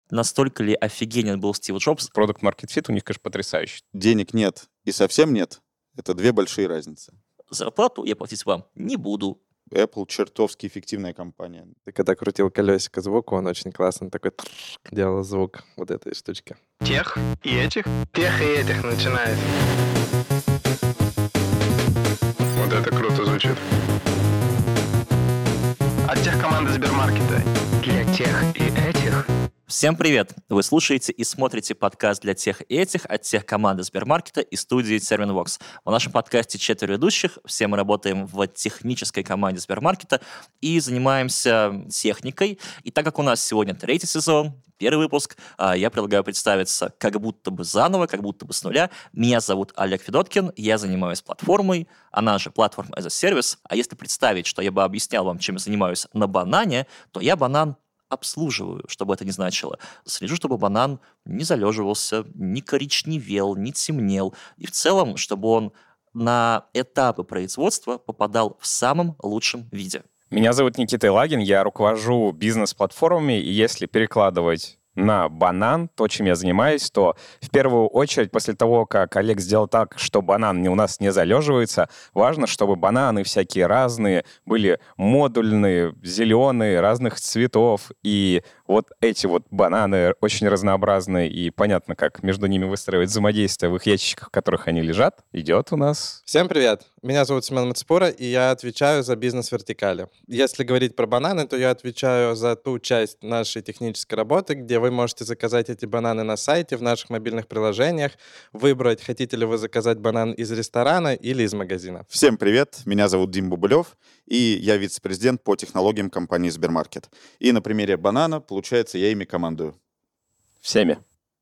настолько ли офигенен был Стив Джобс? Product Market Fit у них, конечно, потрясающий. Денег нет и совсем нет. Это две большие разницы. Зарплату я платить вам не буду. Apple чертовски эффективная компания. Ты когда крутил колесико звука, он очень классно такой делал звук вот этой штучки. Тех и этих начинает. Вот это круто звучит. От техкоманды Сбермаркета. Для тех и этих. Всем привет! Вы слушаете и смотрите подкаст для тех и этих от техкоманды Сбермаркета и студии Terminvox. В нашем подкасте 4 ведущих. Все мы работаем в технической команде Сбермаркета и занимаемся техникой. И так как у нас сегодня 3-й сезон, 1-й выпуск, я предлагаю представиться как будто бы заново, как будто бы с нуля. Меня зовут Олег Федоткин, я занимаюсь платформой, она же Platform as a Service. А если представить, что я бы объяснял вам, чем я занимаюсь на банане, то я банан обслуживаю, что бы это ни значило. Слежу, чтобы банан не залеживался, не коричневел, не темнел. И в целом, чтобы он на этапы производства попадал в самом лучшем виде. Меня зовут Никита Илагин, я руковожу бизнес-платформами, и если перекладывать на банан, то, чем я занимаюсь, то в первую очередь, после того, как Олег сделал так, что банан у нас не залеживается, важно, чтобы бананы всякие разные были модульные, зеленые, разных цветов. И вот эти вот бананы очень разнообразные, и понятно, как между ними выстраивать взаимодействие в их ящичках, в которых они лежат, идет у нас. Всем привет! Меня зовут Семен Мацпура, и я отвечаю за бизнес-вертикали. Если говорить про бананы, то я отвечаю за ту часть нашей технической работы, где вы можете заказать эти бананы на сайте, в наших мобильных приложениях, выбрать, хотите ли вы заказать банан из ресторана или из магазина. Всем привет, меня зовут Дим Бубылев, и я вице-президент по технологиям компании Сбермаркет. И на примере банана, получается, я ими командую. Всеми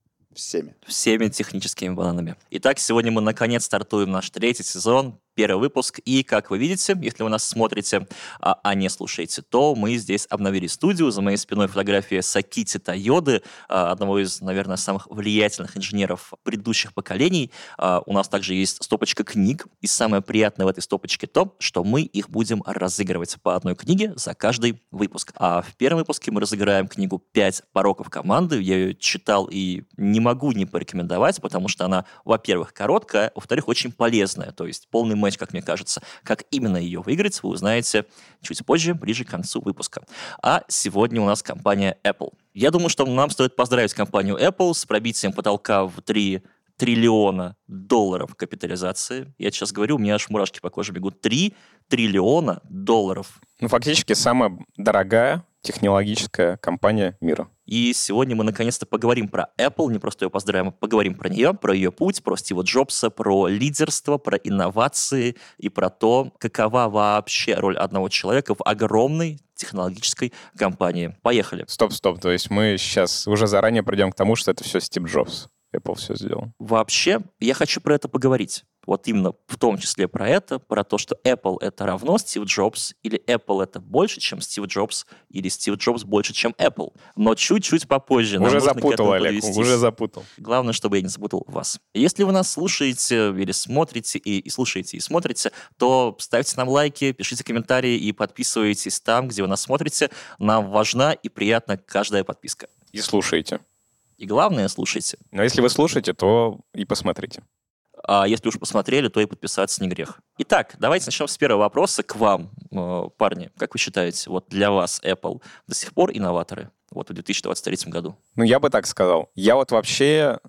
Техническими бананами. Итак, сегодня мы наконец стартуем наш 3-й сезон, 1-й выпуск. И, как вы видите, если вы нас смотрите, а не слушаете, то мы здесь обновили студию. За моей спиной фотография Сакити Тойоды, одного из, наверное, самых влиятельных инженеров предыдущих поколений. У нас также есть стопочка книг. И самое приятное в этой стопочке то, что мы их будем разыгрывать по одной книге за каждый выпуск. А в 1-м выпуске мы разыграем книгу «5 пороков команды». Я ее читал и не могу не порекомендовать, потому что она, во-первых, короткая, во-вторых, очень полезная. То есть полный матч, как мне кажется. Как именно ее выиграть, вы узнаете чуть позже, ближе к концу выпуска. А сегодня у нас компания Apple. Я думаю, что нам стоит поздравить компанию Apple с пробитием потолка в 3 триллиона долларов капитализации. Я сейчас говорю, у меня аж мурашки по коже бегут. 3 триллиона долларов. Ну, фактически самая дорогая технологическая компания мира. И сегодня мы наконец-то поговорим про Apple, не просто ее поздравим, а поговорим про нее, про ее путь, про Стива Джобса, про лидерство, про инновации и про то, какова вообще роль одного человека в огромной технологической компании. Поехали. Стоп. То есть мы сейчас уже заранее придем к тому, что это все Стив Джобс. Apple все сделал. Вообще, я хочу про это поговорить. Вот именно в том числе про это, про то, что Apple это равно Стив Джобс, или Apple это больше, чем Стив Джобс, или Стив Джобс больше, чем Apple. Но чуть-чуть попозже. Уже запутал, Олег, уже запутал. Главное, чтобы я не запутал вас. Если вы нас слушаете или смотрите, и слушаете, и смотрите, то ставьте нам лайки, пишите комментарии и подписывайтесь там, где вы нас смотрите. Нам важна и приятна каждая подписка. И слушайте. И главное, слушайте. Но если вы слушаете, то и посмотрите. А если уж посмотрели, то и подписаться не грех. Итак, давайте начнем с первого вопроса к вам, парни. Как вы считаете, вот для вас Apple до сих пор инноваторы вот в 2023 году? Ну, я бы так сказал. Я вот вообще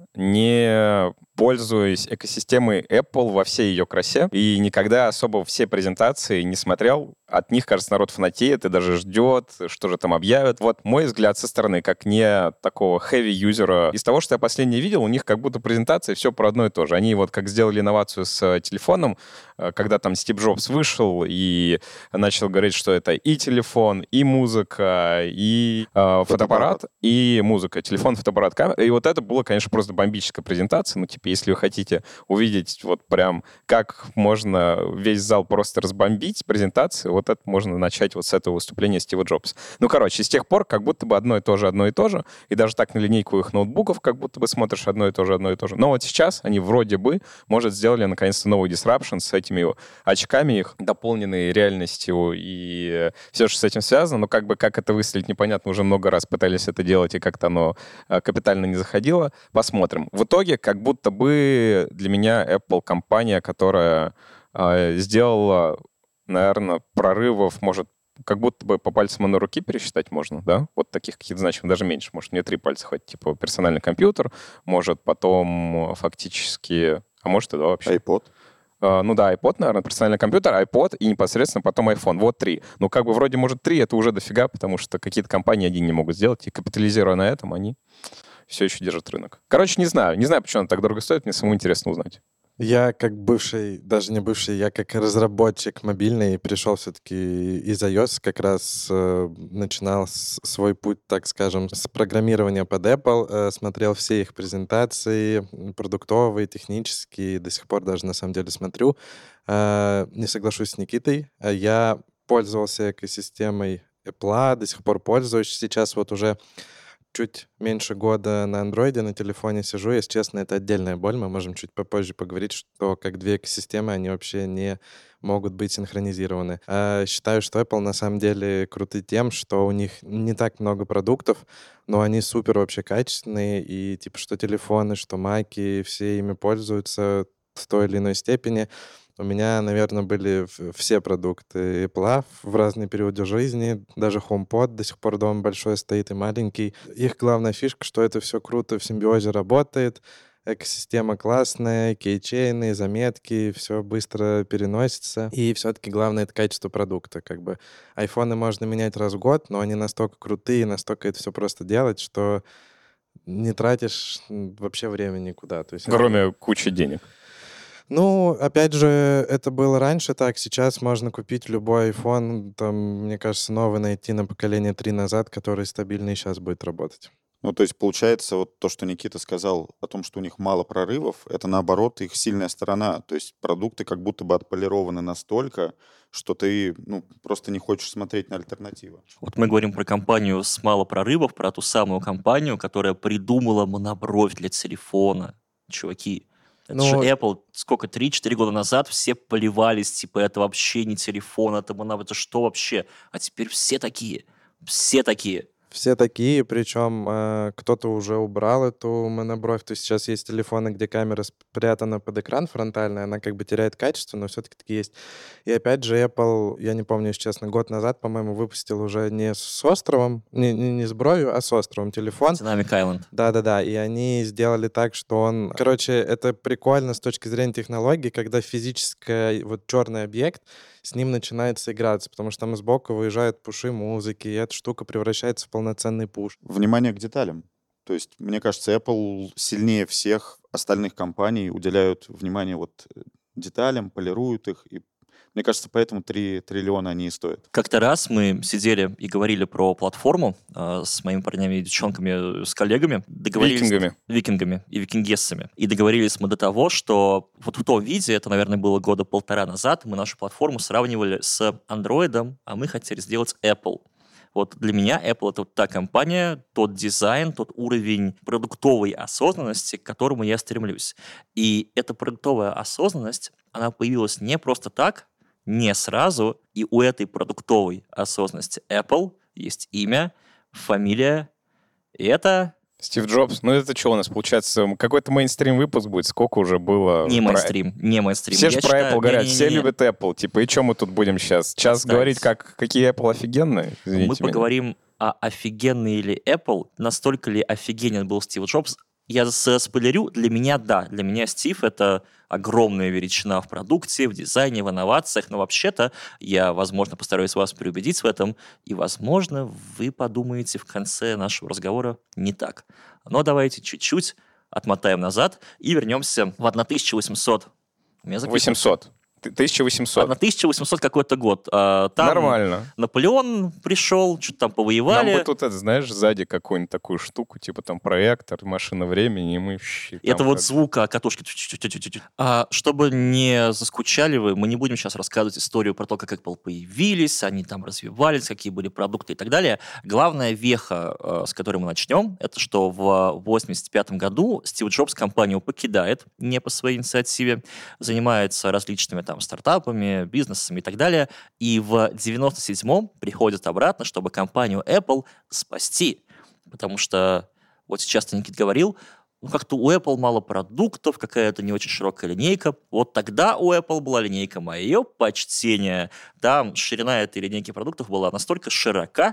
не пользуюсь экосистемой Apple во всей ее красе и никогда особо все презентации не смотрел. От них, кажется, народ фанатеет и даже ждет, что же там объявят. Вот мой взгляд со стороны, как не такого heavy-юзера, из того, что я последнее видел, у них как будто презентация все про одно и то же. Они вот как сделали инновацию с телефоном, когда там Стив Джобс вышел и начал говорить, что это и телефон, и музыка, и фотоаппарат, и музыка. Телефон, фотоаппарат, камера. И вот это было, конечно, просто бомбически. бомбическая презентация. Ну, типа, если вы хотите увидеть вот прям, как можно весь зал просто разбомбить презентации, вот это можно начать вот с этого выступления Стива Джобса. Ну, короче, с тех пор как будто бы одно и то же, и даже так на линейку их ноутбуков как будто бы смотришь одно и то же. Но вот сейчас они вроде бы, может, сделали наконец-то новый disruption с этими очками их, дополненной реальностью и все, что с этим связано, но как бы как это выстрелить, непонятно, уже много раз пытались это делать, и как-то оно капитально не заходило. Посмотрим. В итоге, как будто бы для меня Apple компания, которая сделала, наверное, прорывов, может, как будто бы по пальцам одной руки пересчитать можно, да? Вот таких каких-то значимых, даже меньше. Может, мне 3 пальца хватит, типа персональный компьютер, может, потом фактически... А может, и 2 вообще. iPod. Ну да, iPod, наверное, персональный компьютер, iPod и непосредственно потом iPhone. Вот 3. Ну, как бы вроде, может, 3 это уже дофига, потому что какие-то компании один не могут сделать, и капитализируя на этом, они все еще держат рынок. Короче, не знаю, почему она так дорого стоит, мне самому интересно узнать. Я как бывший, даже не бывший, я как разработчик мобильный пришел все-таки из iOS, как раз начинал свой путь, так скажем, с программирования под Apple, смотрел все их презентации, продуктовые, технические, до сих пор даже на самом деле смотрю. Не соглашусь с Никитой, я пользовался экосистемой Apple, до сих пор пользуюсь, сейчас вот уже чуть меньше года на андроиде, на телефоне сижу. Если честно, это отдельная боль. Мы можем чуть попозже поговорить, что как две экосистемы, они вообще не могут быть синхронизированы. Считаю, что Apple на самом деле круты тем, что у них не так много продуктов, но они супер вообще качественные. И типа что телефоны, что маки, все ими пользуются в той или иной степени. У меня, наверное, были все продукты Apple в разные периоды жизни. Даже HomePod до сих пор дома большой стоит и маленький. Их главная фишка, что это все круто в симбиозе работает. Экосистема классная, кейчейны, заметки, все быстро переносится. И все-таки главное — это качество продукта. Как бы айфоны можно менять раз в год, но они настолько крутые, настолько это все просто делать, что не тратишь вообще времени никуда. То есть Кроме кучи денег. Ну, опять же, это было раньше так. Сейчас можно купить любой iPhone, там, мне кажется, новый найти на поколение 3 назад, который стабильно и сейчас будет работать. Ну, то есть, получается, вот то, что Никита сказал о том, что у них мало прорывов, это, наоборот, их сильная сторона. То есть продукты как будто бы отполированы настолько, что ты, просто не хочешь смотреть на альтернативы. Вот мы говорим про компанию с мало прорывов, про ту самую компанию, которая придумала монобровь для телефона. Чуваки, это же Apple, 3-4 года назад все поливались, типа, это вообще не телефон, это монобровь, это что вообще? А теперь все такие. Все такие, причем кто-то уже убрал эту монобровь. То есть сейчас есть телефоны, где камера спрятана под экран фронтальная, она как бы теряет качество, но все-таки такие есть. И опять же Apple, я не помню, если честно, год назад, по-моему, выпустил уже не с островом, не с бровью, а с островом телефон. Dynamic Island. Да, и они сделали так, что он... Короче, это прикольно с точки зрения технологий, когда физический вот черный объект, с ним начинается играться, потому что там сбоку выезжают пуши музыки, и эта штука превращается в полноценный пуш. Внимание к деталям. То есть, мне кажется, Apple сильнее всех остальных компаний уделяют внимание вот деталям, полируют их. И мне кажется, поэтому 3 триллиона они и стоят. Как-то раз мы сидели и говорили про платформу с моими парнями и девчонками, с коллегами. Викингами и викингессами. И договорились мы до того, что вот в том виде, это, наверное, было 1.5 года назад, мы нашу платформу сравнивали с Android, а мы хотели сделать Apple. Вот для меня Apple — это вот та компания, тот дизайн, тот уровень продуктовой осознанности, к которому я стремлюсь. И эта продуктовая осознанность, она появилась не просто так, не сразу, и у этой продуктовой осознанности Apple есть имя, фамилия, и это... Стив Джобс. Ну это что у нас получается? Какой-то мейнстрим-выпуск будет? Сколько уже было? Не мейнстрим. Все же про Apple говорят, все любят Apple. Типа, и что мы тут будем сейчас? Сейчас говорить, какие Apple офигенные? Мы поговорим о офигенный ли Apple, настолько ли офигенен был Стив Джобс. Я спойлерю, для меня да. Для меня Стив — это огромная величина в продукте, в дизайне, в инновациях. Но вообще-то я, возможно, постараюсь вас переубедить в этом. И, возможно, вы подумаете в конце нашего разговора не так. Но давайте чуть-чуть отмотаем назад и вернемся в 1800. 800. 1800. На 1800 какой-то год. Там Нормально. Наполеон пришел, что-то там повоевали. Нам бы тут, знаешь, сзади какую-нибудь такую штуку, типа там проектор, машина времени, и мы... Это вот звук катушки. Чтобы не заскучали вы, мы не будем сейчас рассказывать историю про то, как Apple появились, они там развивались, какие были продукты и так далее. Главная веха, с которой мы начнем, это что в 1985 году Стив Джобс компанию покидает, не по своей инициативе, занимается различными там стартапами, бизнесами и так далее, и в 1997-м приходит обратно, чтобы компанию Apple спасти, потому что вот сейчас Никит говорил, как-то у Apple мало продуктов, какая-то не очень широкая линейка. Вот тогда у Apple была линейка «Мое почтение». Там ширина этой линейки продуктов была настолько широка,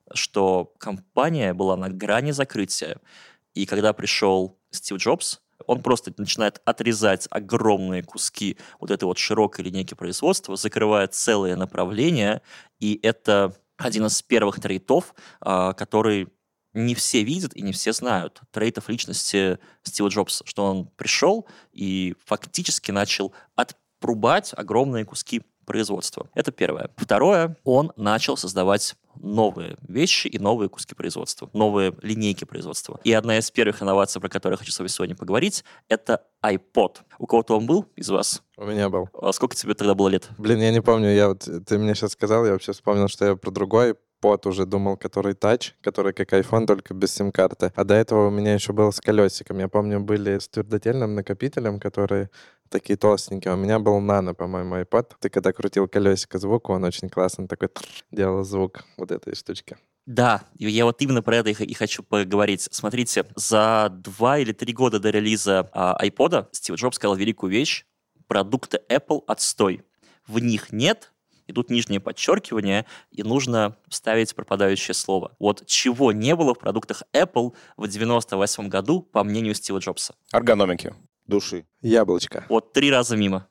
что компания была на грани закрытия. И когда пришел Стив Джобс, он просто начинает отрезать огромные куски вот этой вот широкой линейки производства, закрывает целые направления, и это один из первых трейтов, который не все видят и не все знают. Трейтов личности Стива Джобса, что он пришел и фактически начал отрубать огромные куски производства. Это первое. Второе, он начал создавать новые вещи и новые куски производства, новые линейки производства. И одна из первых инноваций, про которую я хочу с вами сегодня поговорить, это iPod. У кого-то он был из вас? У меня был. А сколько тебе тогда было лет? Блин, я не помню, ты мне сейчас сказал, я вообще вспомнил, что я про другой iPod уже думал, который Touch, который как iPhone, только без сим-карты. А до этого у меня еще был с колесиком. Я помню, были с твердотельным накопителем, которые такие толстенькие. У меня был Nano, по-моему, iPod. Ты когда крутил колесико звука, он очень классно такой делал звук вот этой штучки. Да, я вот именно про это и хочу поговорить. Смотрите, за 2 или 3 года до релиза iPod Стив Джобс сказал великую вещь: продукты Apple отстой. В них нет, идут нижние подчеркивания, и нужно вставить пропадающее слово. Вот чего не было в продуктах Apple в 98 году, по мнению Стива Джобса? Эргономики. Души. Яблочко. Вот 3 раза мимо.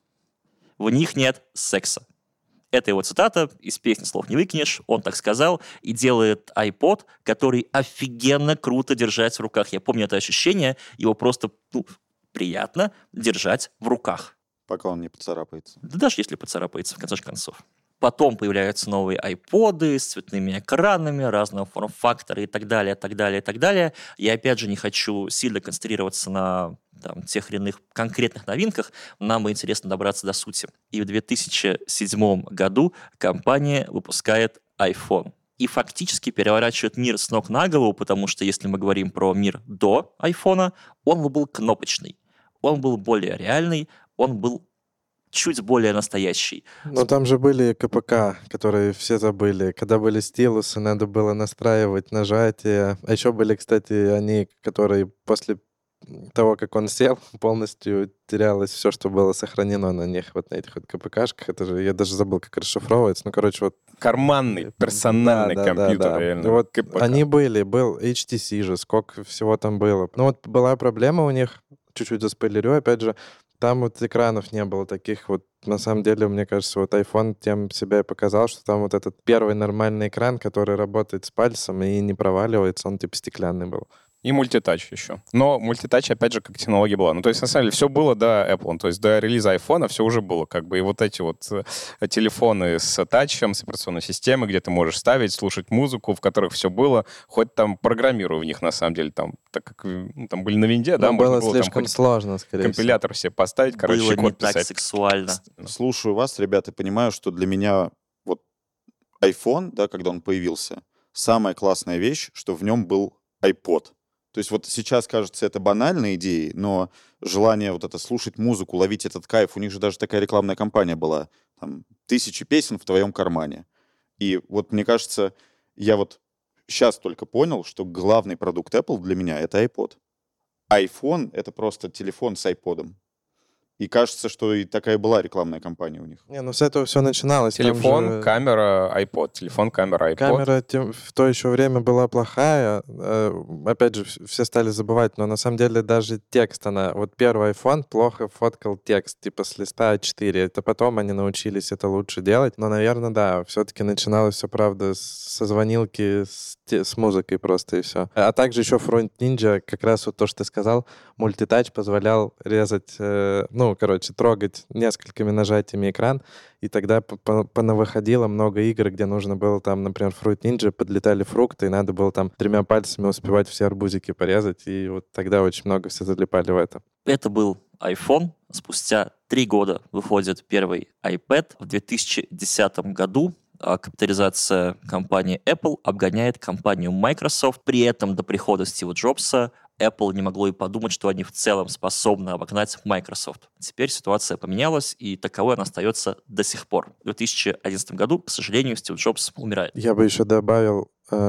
В них нет секса. Это его цитата, из песни слов не выкинешь, он так сказал, и делает iPod, который офигенно круто держать в руках. Я помню это ощущение, его просто приятно держать в руках. Пока он не поцарапается. Да даже если поцарапается, в конце концов. Потом появляются новые iPod'ы с цветными экранами, разного форм-фактора и так далее, так далее, так далее. Я опять же не хочу сильно концентрироваться на тех или иных конкретных новинках. Нам бы интересно добраться до сути. И в 2007 году компания выпускает iPhone. И фактически переворачивает мир с ног на голову, потому что если мы говорим про мир до iPhone, он был кнопочный, он был более реальный, он был чуть более настоящий. Но там же были КПК, которые все забыли. Когда были стилусы, надо было настраивать нажатие. А еще были, кстати, они, которые после того, как он сел, полностью терялось все, что было сохранено на них, вот на этих вот КПКшках. Это же, я даже забыл, как расшифровывается. Ну, короче, вот... Карманный, персональный компьютер, реально. Вот КПК. они были, был HTC же, сколько всего там было. Ну, вот была проблема у них, чуть-чуть заспойлерю, опять же, там вот экранов не было таких вот. На самом деле, мне кажется, вот iPhone тем себя и показал, что там вот этот первый нормальный экран, который работает с пальцем и не проваливается, он типа стеклянный был. И мультитач еще. Но мультитач, опять же, как технология была. Ну, то есть, на самом деле, все было до Apple. То есть, до релиза iPhone все уже было. Как бы и вот эти вот телефоны с тачем, с операционной системой, где ты можешь ставить, слушать музыку, в которых все было. Хоть там программируй в них, на самом деле, там, так как там были на винде, да, было можно было слишком там сложно, скорее компилятор себе поставить, короче, было код не так писать. сексуально. Слушаю вас, ребята, и понимаю, что для меня вот iPhone, да, когда он появился, самая классная вещь, что в нем был iPod. То есть вот сейчас, кажется, это банальные идеи, но желание вот это слушать музыку, ловить этот кайф, у них же даже такая рекламная кампания была, там, 1000 песен в твоем кармане. И вот мне кажется, я вот сейчас только понял, что главный продукт Apple для меня — это iPod. iPhone — это просто телефон с iPod'ом. И кажется, что и такая была рекламная кампания у них. Не, ну с этого все начиналось. Телефон, Там же... камера, iPod. Телефон, камера, iPod. Камера в то еще время была плохая. Опять же, все стали забывать, но на самом деле даже текст, вот первый iPhone плохо фоткал текст, типа с листа А4. Это потом они научились это лучше делать. Но, наверное, да, все-таки начиналось все, правда, со звонилки, с музыкой просто и все. А также еще Fruit Ninja, как раз вот то, что ты сказал, мультитач позволял резать, трогать несколькими нажатиями экран, и тогда понавыходило много игр, где нужно было там, например, Fruit Ninja, подлетали фрукты, и надо было там 3 пальцами успевать все арбузики порезать, и вот тогда очень много все залипали в это. Это был iPhone. Спустя 3 года выходит первый iPad. В 2010 году капитализация компании Apple обгоняет компанию Microsoft. При этом до прихода Стива Джобса Apple не могло и подумать, что они в целом способны обогнать Microsoft. Теперь ситуация поменялась, и таковой она остается до сих пор. В 2011 году, к сожалению, Стив Джобс умирает. Я бы еще добавил,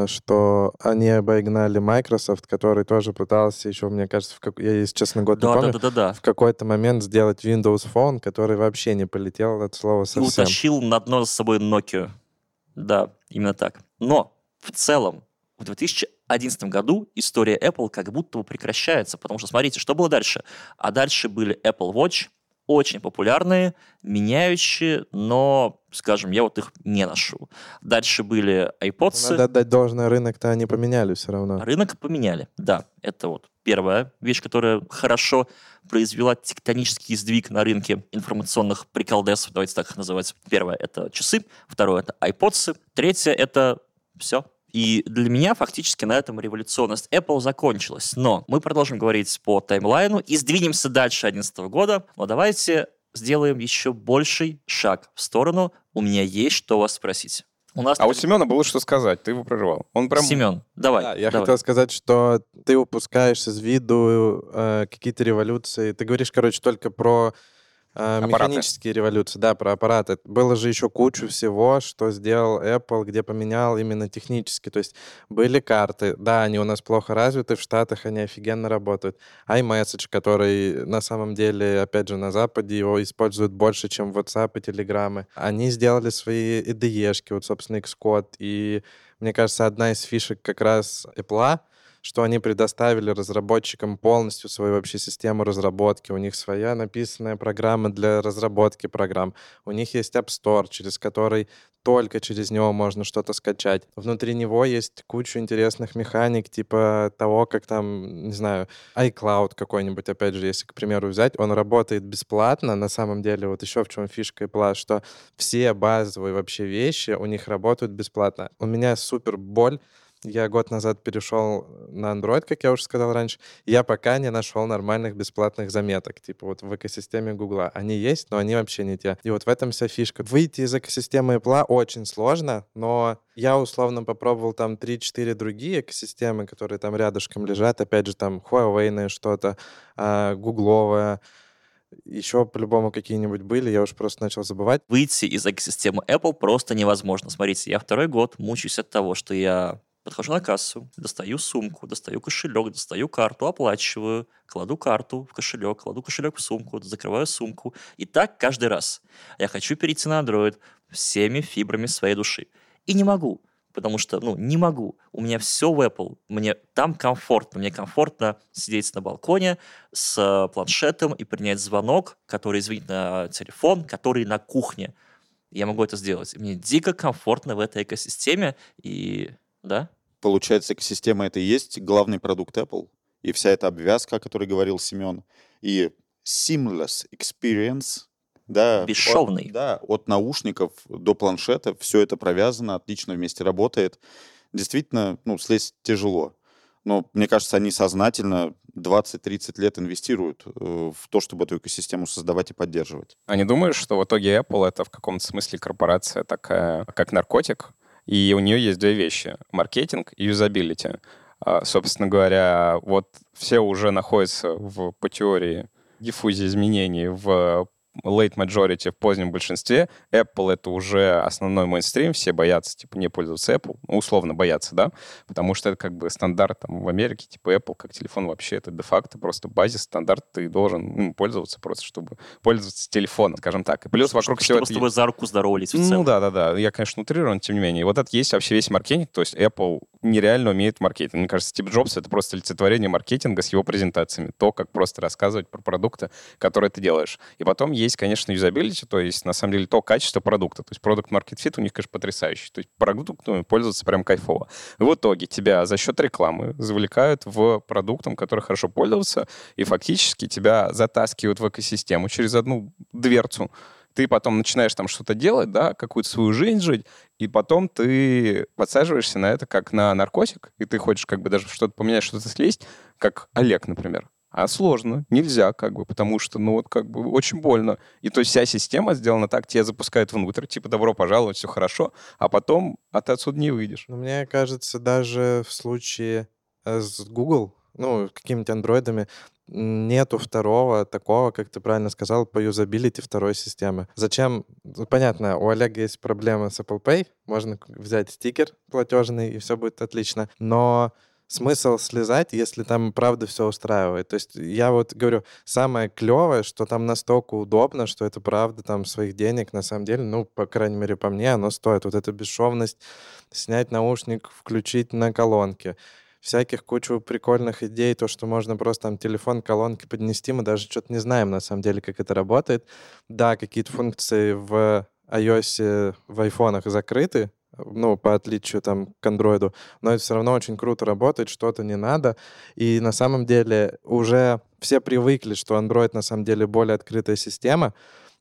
что они обогнали Microsoft, который тоже пытался еще, мне кажется, я, если честно, год не помню, Да. в какой-то момент сделать Windows Phone, который вообще не полетел от слова И совсем. утащил на дно с собой Nokia. Да, именно так. Но в целом в 2011 году история Apple как будто бы прекращается, потому что, смотрите, что было дальше. А дальше были Apple Watch, очень популярные, меняющие, но, скажем, я вот их не ношу. Дальше были iPods. Надо отдать должное, рынок-то они поменяли все равно. Рынок поменяли, да. Это вот первая вещь, которая хорошо произвела тектонический сдвиг на рынке информационных приколдесов, давайте так их называть. Первое — это часы, второе — это iPods, третье — это все. И для меня фактически на этом революционность Apple закончилась. Но мы продолжим говорить по таймлайну и сдвинемся дальше 2011 года. Но давайте сделаем еще больший шаг в сторону. У меня есть что вас спросить. У Семена было что сказать, ты его прервал. Он прям... Семен, давай. Да, я давай. хотел сказать, что ты упускаешь из виду какие-то революции. Ты говоришь, только про механические революции, да, про аппараты. Было же еще кучу всего, что сделал Apple, где поменял именно технически. То есть были карты, да, они у нас плохо развиты, в Штатах они офигенно работают. iMessage, который на самом деле, опять же, на Западе его используют больше, чем WhatsApp и Telegram. Они сделали свои IDE-шки, вот, собственно, Xcode. И, мне кажется, одна из фишек как раз Apple, что они предоставили разработчикам полностью свою вообще систему разработки. У них своя написанная программа для разработки программ. У них есть App Store, через который только через него можно что-то скачать. Внутри него есть куча интересных механик, типа того, как там, не знаю, iCloud какой-нибудь, опять же, если, к примеру, взять, он работает бесплатно. На самом деле, вот еще в чем фишка Apple, что все базовые вообще вещи у них работают бесплатно. У меня супер боль. Я год назад перешел на Android, как я уже сказал раньше. Я пока не нашел нормальных бесплатных заметок, типа вот в экосистеме Гугла. Они есть, но они вообще не те. И вот в этом вся фишка. Выйти из экосистемы Apple очень сложно, но я условно попробовал там 3-4 другие экосистемы, которые там рядышком лежат. Опять же, там Huawei что-то, гугловое. Еще по-любому какие-нибудь были, я уже просто начал забывать. Выйти из экосистемы Apple просто невозможно. Смотрите, я 2-й год мучаюсь от того, что я подхожу на кассу, достаю сумку, достаю кошелек, достаю карту, оплачиваю, кладу карту в кошелек, кладу кошелек в сумку, закрываю сумку. И так каждый раз. Я хочу перейти на Android всеми фибрами своей души. И не могу, потому что, не могу. У меня все в Apple, мне там комфортно. Мне комфортно сидеть на балконе с планшетом и принять звонок, который звонит на телефон, который на кухне. Я могу это сделать. Мне дико комфортно в этой экосистеме, и... Да? Получается, экосистема — это и есть главный продукт Apple. И вся эта обвязка, о которой говорил Семен. И seamless experience. Да, бесшовный. От наушников до планшета. Все это провязано, отлично вместе работает. Действительно, слезть тяжело. Но, мне кажется, они сознательно 20-30 лет инвестируют в то, чтобы эту экосистему создавать и поддерживать. А не думаешь, что в итоге Apple — это в каком-то смысле корпорация такая, как наркотик? И у нее есть 2 вещи — маркетинг и юзабилити. Собственно говоря, вот все уже находятся по теории диффузии изменений в late majority, в позднем большинстве. Apple — это уже основной мейнстрим, все боятся, не пользоваться Apple, условно боятся, да, потому что это как бы стандарт там в Америке, Apple как телефон вообще это де-факто просто базис, стандарт, ты должен пользоваться просто, чтобы пользоваться телефоном, скажем так. И плюс вокруг всего чтобы с тобой за руку здоровались в целом. Да, я, конечно, утрирую, но тем не менее. И вот это есть вообще весь маркетинг, то есть Apple нереально умеет маркетинг. Мне кажется, Стив Джобс — это просто олицетворение маркетинга с его презентациями, то, как просто рассказывать про продукты, которые ты делаешь. И потом есть, конечно, юзабилити, то есть, на самом деле, то качество продукта. То есть, продукт Market Fit у них, конечно, потрясающий. То есть, продуктом пользоваться прям кайфово. И в итоге тебя за счет рекламы завлекают в продуктом, который хорошо пользоваться, и фактически тебя затаскивают в экосистему через одну дверцу. Ты потом начинаешь там что-то делать, да, какую-то свою жизнь жить, и потом ты подсаживаешься на это как на наркотик, и ты хочешь как бы даже что-то поменять, что-то слезть, как Олег, например. А сложно, нельзя как бы, потому что, ну вот как бы очень больно. И то есть вся система сделана так, тебя запускают внутрь, типа добро пожаловать, все хорошо, а потом ты отсюда не выйдешь. Но мне кажется, даже в случае с Google, ну, какими-то андроидами, нету второго такого, как ты правильно сказал, по юзабилити второй системы. Зачем? Ну, понятно, у Олега есть проблемы с Apple Pay, можно взять стикер платежный, и все будет отлично. Но смысл слезать, если там правда все устраивает. То есть я вот говорю, самое клевое, что там настолько удобно, что это правда там своих денег на самом деле, ну, по крайней мере, по мне, оно стоит. Вот эта бесшовность, снять наушник, включить на колонке. Всяких кучу прикольных идей, то, что можно просто там телефон к колонке поднести, мы даже что-то не знаем на самом деле, как это работает. Да, какие-то функции в iOS, в айфонах закрыты, ну, по отличию там к андроиду, но это все равно очень круто работает, что-то не надо. И на самом деле уже все привыкли, что Android на самом деле более открытая система,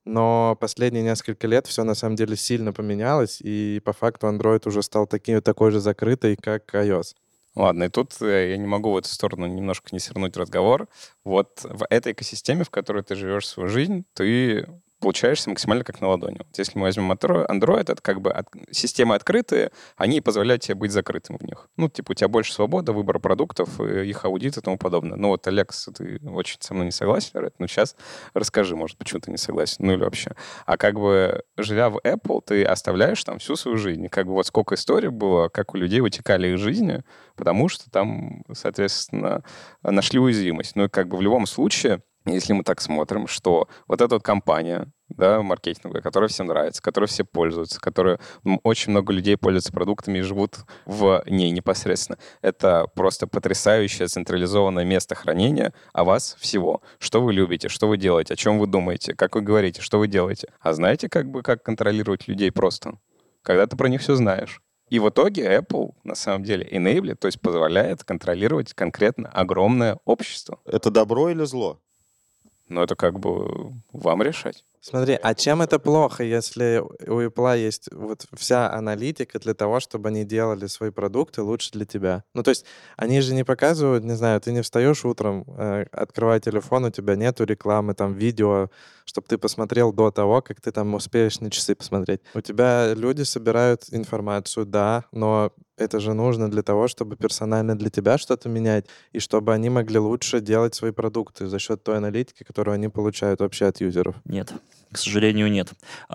но последние несколько лет все на самом деле сильно поменялось, и по факту Android уже стал такой же закрытый, как iOS. Ладно, и тут я не могу в эту сторону немножко не свернуть разговор. Вот в этой экосистеме, в которой ты живешь свою жизнь, ты получаешься максимально как на ладони. Вот если мы возьмем Android, это как бы системы открытые, они позволяют тебе быть закрытым в них. Ну, типа, у тебя больше свободы, выбора продуктов, их аудит и тому подобное. Ну, вот, Алекс, ты очень со мной не согласен, говорит, ну, сейчас расскажи, может, почему ты не согласен, ну, или вообще. А как бы, живя в Apple, ты оставляешь там всю свою жизнь. И как бы вот сколько историй было, как у людей вытекали их жизни, потому что там, соответственно, нашли уязвимость. Ну, и как бы в любом случае, если мы так смотрим, что вот эта вот компания, да, маркетинговая, которая всем нравится, которой все пользуются, которая очень много людей пользуются продуктами и живут в ней непосредственно. Это просто потрясающее централизованное место хранения о вас всего. Что вы любите, что вы делаете, о чем вы думаете, как вы говорите, что вы делаете. А знаете, как бы, как контролировать людей просто? Когда ты про них все знаешь. И в итоге Apple, на самом деле, enable, то есть позволяет контролировать конкретно огромное общество. Это добро или зло? Но это как бы вам решать. Смотри, а чем это плохо, если у Apple есть вот вся аналитика для того, чтобы они делали свои продукты лучше для тебя? Ну, то есть они же не показывают, не знаю, ты не встаешь утром, открывая телефон, у тебя нету рекламы, там, видео, чтобы ты посмотрел до того, как ты там успеешь на часы посмотреть. У тебя люди собирают информацию, да, но это же нужно для того, чтобы персонально для тебя что-то менять, и чтобы они могли лучше делать свои продукты за счет той аналитики, которую они получают вообще от юзеров. Нет, к сожалению, нет.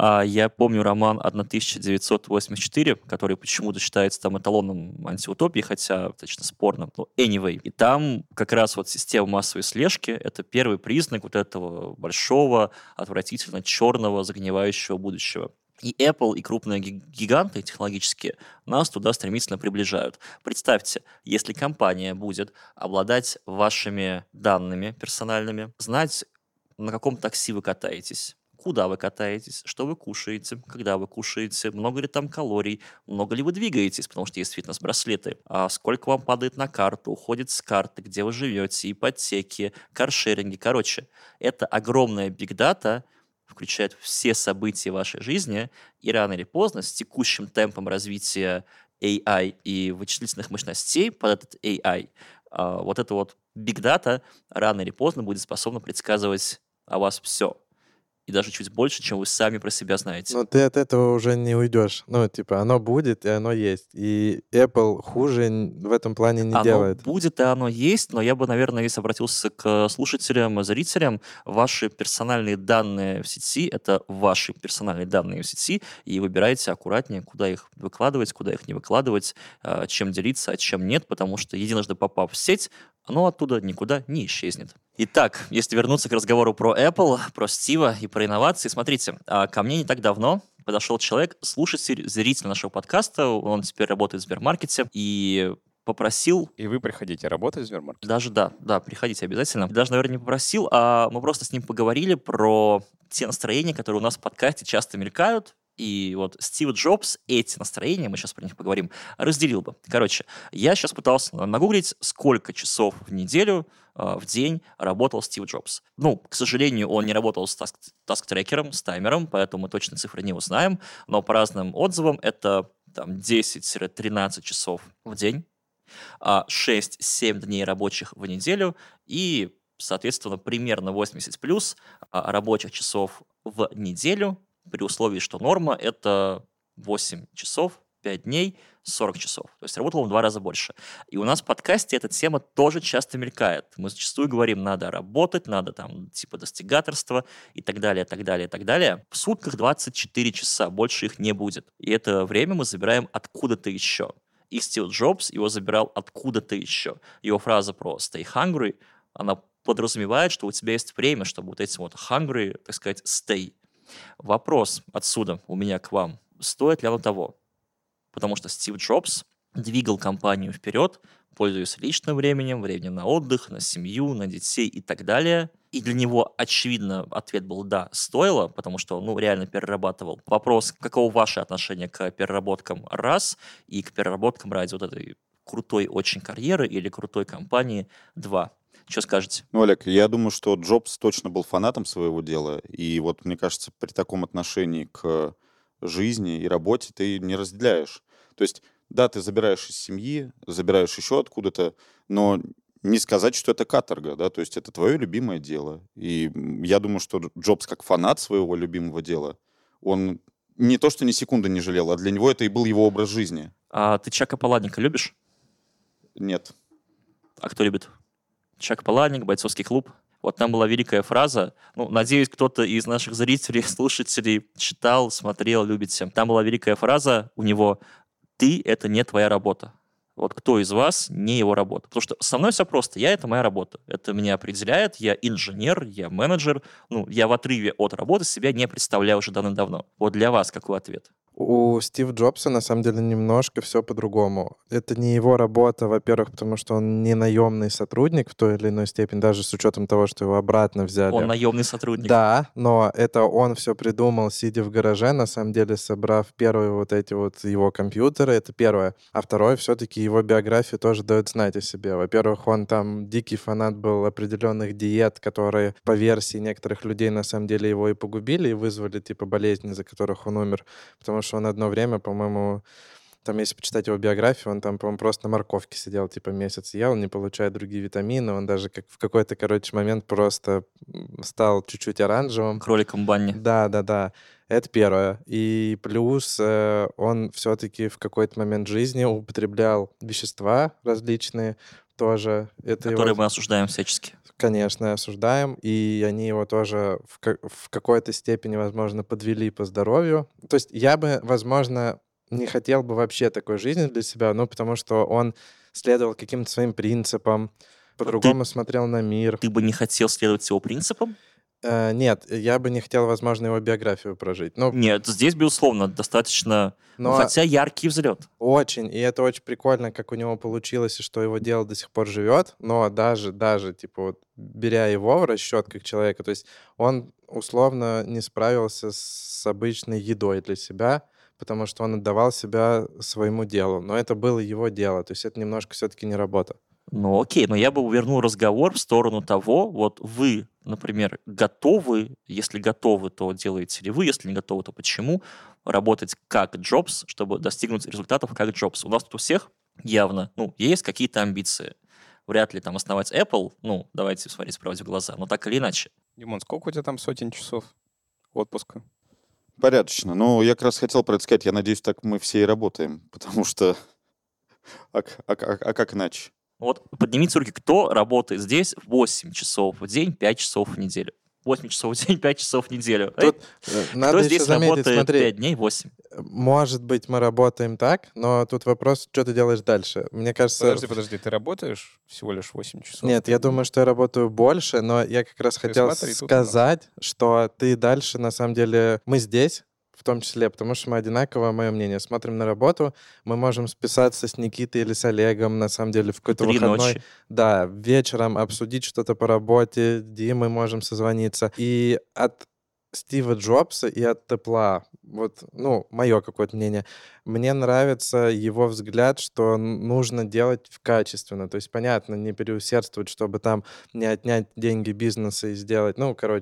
Я помню роман 1984, который почему-то считается там эталоном антиутопии, хотя, точно, спорно, но anyway. И там как раз вот система массовой слежки — это первый признак вот этого большого, отвратительно черного, загнивающего будущего. И Apple, и крупные гиганты технологические нас туда стремительно приближают. Представьте, если компания будет обладать вашими данными персональными, знать, на каком такси вы катаетесь, куда вы катаетесь, что вы кушаете, когда вы кушаете, много ли там калорий, много ли вы двигаетесь, потому что есть фитнес-браслеты, сколько вам падает на карту, уходит с карты, где вы живете, ипотеки, каршеринги. Короче, это огромная бигдата, включает все события вашей жизни, и рано или поздно с текущим темпом развития AI и вычислительных мощностей под этот AI, вот эта вот big data рано или поздно будет способна предсказывать о вас все. И даже чуть больше, чем вы сами про себя знаете. Но ты от этого уже не уйдешь. Ну, типа, оно будет, и оно есть. И Apple хуже в этом плане не делает. Оно будет, и оно есть, но я бы, наверное, весь обратился к слушателям, зрителям. Ваши персональные данные в сети — это ваши персональные данные в сети, и выбирайте аккуратнее, куда их выкладывать, куда их не выкладывать, чем делиться, а чем нет, потому что единожды попав в сеть, оно оттуда никуда не исчезнет. Итак, если вернуться к разговору про Apple, про Стива и про инновации, смотрите, ко мне не так давно подошел человек, слушатель, зритель нашего подкаста, он теперь работает в Сбермаркете, и попросил... И вы приходите работать в Сбермаркет? Даже да, приходите обязательно. Даже, наверное, не попросил, а мы просто с ним поговорили про те настроения, которые у нас в подкасте часто мелькают. И вот Стив Джобс эти настроения, мы сейчас про них поговорим, разделил бы. Короче, я сейчас пытался нагуглить, сколько часов в неделю, в день работал Стив Джобс. Ну, к сожалению, он не работал с таск-трекером, с таймером, поэтому мы точно цифры не узнаем. Но по разным отзывам это там 10-13 часов в день, 6-7 дней рабочих в неделю и, соответственно, примерно 80 плюс рабочих часов в неделю, при условии, что норма — это 8 часов, 5 дней, 40 часов. То есть работал он в 2 раза больше. И у нас в подкасте эта тема тоже часто мелькает. Мы зачастую говорим, надо работать, надо там типа достигаторства и так далее, так далее, так далее. В сутках 24 часа, больше их не будет. И это время мы забираем откуда-то еще. И Стив Джобс его забирал откуда-то еще. Его фраза про «stay hungry», она подразумевает, что у тебя есть время, чтобы вот этим вот hungry, так сказать, stay. Вопрос отсюда у меня к вам. Стоит ли оно того? Потому что Стив Джобс двигал компанию вперед, пользуясь личным временем, временем на отдых, на семью, на детей и так далее. И для него, очевидно, ответ был «да, стоило», потому что он реально перерабатывал. Вопрос, каково ваше отношение к переработкам раз и к переработкам ради вот этой крутой очень карьеры или крутой компании два? Что скажете? Ну, Олег, я думаю, что Джобс точно был фанатом своего дела. И вот, мне кажется, при таком отношении к жизни и работе ты не разделяешь. То есть, да, ты забираешь из семьи, забираешь еще откуда-то, но не сказать, что это каторга, да, то есть это твое любимое дело. И я думаю, что Джобс как фанат своего любимого дела, он не то, что ни секунды не жалел, а для него это и был его образ жизни. А ты Чака Паланика любишь? Нет. А кто любит? Чак Паланик, «Бойцовский клуб». Вот там была великая фраза. Ну, надеюсь, кто-то из наших зрителей, слушателей читал, смотрел, любите. Там была великая фраза у него: «Ты — это не твоя работа». Вот кто из вас не его работа? Потому что со мной все просто. Я — это моя работа. Это меня определяет. Я инженер, я менеджер. Ну, я в отрыве от работы себя не представляю уже давно-давно. Вот для вас какой ответ? У Стива Джобса, на самом деле, немножко все по-другому. Это не его работа, во-первых, потому что он не наемный сотрудник в той или иной степени, даже с учетом того, что его обратно взяли. Он наемный сотрудник. Да, но это он все придумал, сидя в гараже, на самом деле, собрав первые вот эти вот его компьютеры, это первое. А второе, все-таки его биография тоже дает знать о себе. Во-первых, он там дикий фанат был определенных диет, которые, по версии некоторых людей, на самом деле его и погубили, и вызвали типа болезни, из-за которых он умер. Потому что он одно время, по-моему, там, если почитать его биографию, он там, по-моему, просто на морковке сидел, типа, месяц ел, не получая другие витамины. Он даже как в какой-то, короче, момент просто стал чуть-чуть оранжевым. Кроликом Банни. Да. Это первое. И плюс он все-таки в какой-то момент жизни употреблял вещества различные тоже. Это которые его... мы осуждаем всячески. Конечно, осуждаем, и они его тоже в какой-то степени, возможно, подвели по здоровью. То есть я бы, возможно, не хотел бы вообще такой жизни для себя, ну, потому что он следовал каким-то своим принципам, по-другому смотрел на мир. Ты бы не хотел следовать его принципам? Нет, я бы не хотел, возможно, его биографию прожить. Ну, Нет, здесь, безусловно, достаточно... Но хотя яркий взлет. очень, и это очень прикольно, как у него получилось, и что его дело до сих пор живет, но даже, типа, вот, беря его в расчет как человека, то есть он условно не справился с обычной едой для себя, потому что он отдавал себя своему делу, но это было его дело, то есть это немножко все-таки не работа. Ну окей, но я бы вернул разговор в сторону того, вот вы, например, готовы, если готовы, то делаете ли вы, если не готовы, то почему, работать как Джобс, чтобы достигнуть результатов как Джобс. У нас тут у всех явно, есть какие-то амбиции. Вряд ли там основать Apple, давайте смотреть правде в глаза, но так или иначе. Димон, сколько у тебя там сотен часов отпуска? Порядочно. Ну, я как раз хотел про это сказать. Я надеюсь, так мы все и работаем, потому что... А как иначе? Вот поднимите руки, кто работает здесь 8 часов в день, 5 часов в неделю. 8 часов в день, 5 часов в неделю. Тут Кто надо здесь еще заметить, работает смотри, 5 дней, 8? Может быть, мы работаем так, но тут вопрос, что ты делаешь дальше. Мне кажется... Подожди, ты работаешь всего лишь 8 часов? Нет, я думаю, что я работаю больше, но я как раз хотел смотри, тут сказать, что ты дальше, на самом деле, мы здесь, в том числе, потому что мы одинаково, мое мнение, смотрим на работу, мы можем списаться с Никитой или с Олегом, на самом деле, в какой-то 3 выходной. ночи. Да, вечером обсудить что-то по работе, Димой можем созвониться. И от Стива Джобса и от Тепла, вот, мое какое-то мнение, мне нравится его взгляд, что нужно делать качественно. То есть, понятно, не переусердствовать, чтобы там не отнять деньги бизнеса и сделать,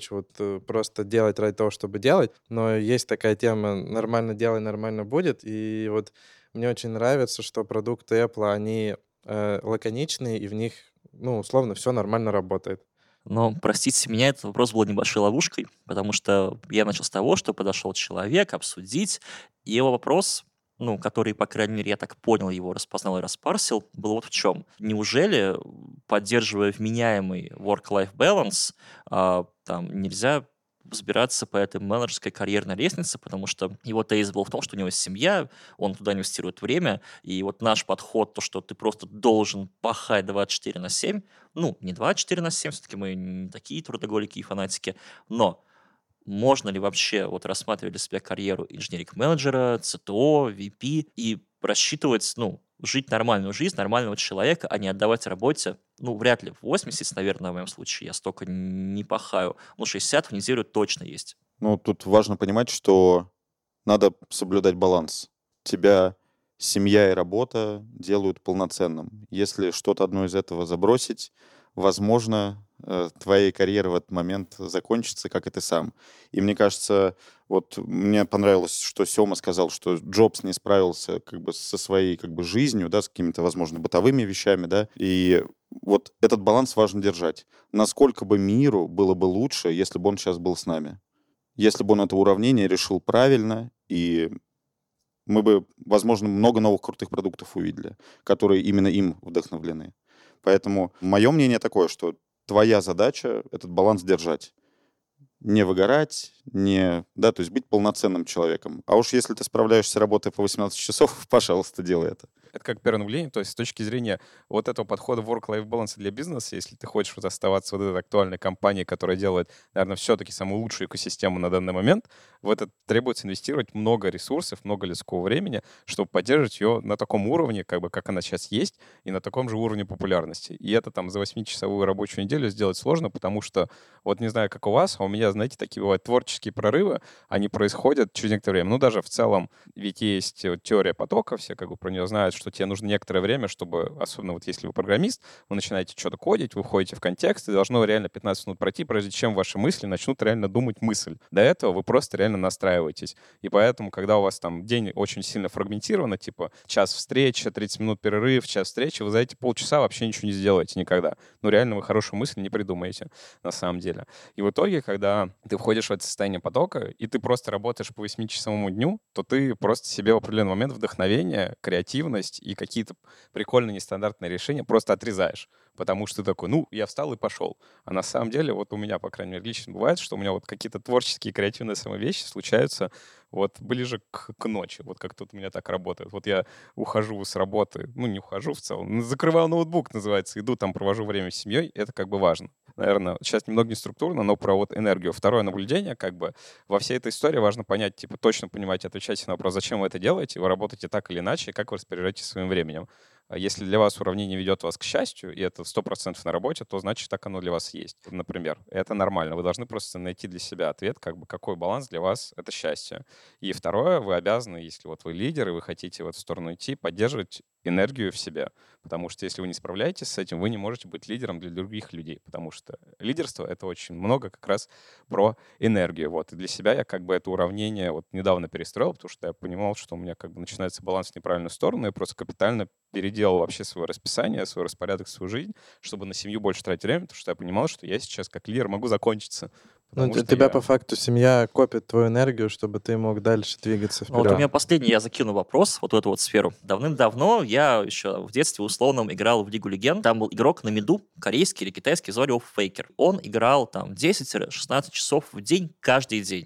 просто делать ради того, чтобы делать. Но есть такая тема «нормально делай, нормально будет». И вот мне очень нравится, что продукты Apple, они лаконичные, и в них, условно, все нормально работает. Но, простите меня, этот вопрос был небольшой ловушкой, потому что я начал с того, что подошел человек обсудить, и его вопрос, который, по крайней мере, я так понял, его распознал и распарсил, был вот в чем. Неужели, поддерживая вменяемый work-life balance, там нельзя взбираться по этой менеджерской карьерной лестнице, потому что его тезис был в том, что у него есть семья, он туда инвестирует время, и вот наш подход, то, что ты просто должен пахать 24/7, не 24/7, все-таки мы не такие трудоголики и фанатики, но можно ли вообще вот рассматривать для себя карьеру инженерик-менеджера, ЦТО, VP и рассчитывать, жить нормальную жизнь нормального человека, а не отдавать работе, вряд ли. 80, наверное, в моем случае я столько не пахаю. 60 в неделю точно есть. Тут важно понимать, что надо соблюдать баланс. Тебя семья и работа делают полноценным. Если что-то одно из этого забросить, возможно, твоя карьера в этот момент закончится, как и ты сам. И мне кажется, вот мне понравилось, что Сёма сказал, что Джобс не справился со своей жизнью, да, с какими-то, возможно, бытовыми вещами, да, и вот этот баланс важно держать. Насколько бы миру было бы лучше, если бы он сейчас был с нами? Если бы он это уравнение решил правильно, и мы бы, возможно, много новых крутых продуктов увидели, которые именно им вдохновлены. Поэтому мое мнение такое, что твоя задача этот баланс держать. Не выгорать, то есть быть полноценным человеком. А уж если ты справляешься, работая по 18 часов, пожалуйста, делай это. Это как первое наблюдение, то есть с точки зрения вот этого подхода work-life balance для бизнеса, если ты хочешь оставаться вот этой актуальной компанией, которая делает, наверное, все-таки самую лучшую экосистему на данный момент, в это требуется инвестировать много ресурсов, много людского времени, чтобы поддерживать ее на таком уровне, как она сейчас есть, и на таком же уровне популярности. И это там за 8-часовую рабочую неделю сделать сложно, потому что, вот не знаю, как у вас, а у меня, знаете, такие бывают творческие прорывы, они происходят через некоторое время. Даже в целом, ведь есть теория потока, все про нее знают, что тебе нужно некоторое время, чтобы, особенно вот если вы программист, вы начинаете что-то кодить, вы входите в контекст, и должно реально 15 минут пройти, прежде чем ваши мысли начнут реально думать мысль. До этого вы просто реально настраиваетесь. И поэтому, когда у вас там день очень сильно фрагментирован, типа час встречи, 30 минут перерыв, час встречи, вы за эти полчаса вообще ничего не сделаете никогда. Реально вы хорошую мысль не придумаете на самом деле. И в итоге, когда ты входишь в это состояние потока, и ты просто работаешь по 8-часовому дню, то ты просто себе в определенный момент вдохновение, креативность и какие-то прикольные нестандартные решения просто отрезаешь. Потому что ты такой, я встал и пошел. А на самом деле, вот у меня, по крайней мере, лично бывает, что у меня вот какие-то творческие, креативные самые вещи случаются вот ближе к ночи. Вот как тут у меня так работает. Вот я ухожу с работы, не ухожу в целом, закрываю ноутбук, называется, иду там, провожу время с семьей, это важно. Наверное, сейчас немного не структурно, но про вот энергию. Второе наблюдение, во всей этой истории важно понять, точно понимать, отвечать на вопрос, зачем вы это делаете, вы работаете так или иначе, как вы распоряжаетесь своим временем. Если для вас уравнение ведет вас к счастью, и это 100% на работе, то значит, так оно для вас есть. Например, это нормально. Вы должны просто найти для себя ответ, какой баланс для вас — это счастье. И второе, вы обязаны, если вот вы лидер, и вы хотите в эту сторону идти, поддерживать энергию в себе. Потому что если вы не справляетесь с этим, вы не можете быть лидером для других людей. Потому что лидерство — это очень много как раз про энергию. Вот. И для себя я это уравнение вот недавно перестроил, потому что я понимал, что у меня начинается баланс в неправильную сторону. Я просто капитально переделал вообще свое расписание, свой распорядок, свою жизнь, чтобы на семью больше тратить время, потому что я понимал, что я сейчас как лидер могу закончиться. У тебя по факту семья копит твою энергию, чтобы ты мог дальше двигаться вперед. Вот у меня последний, я закину вопрос вот в эту вот сферу. Давным-давно я еще в детстве условном играл в Лигу Легенд. Там был игрок на миду, корейский или китайский, звали его Фейкер. Он играл там 10-16 часов в день каждый день.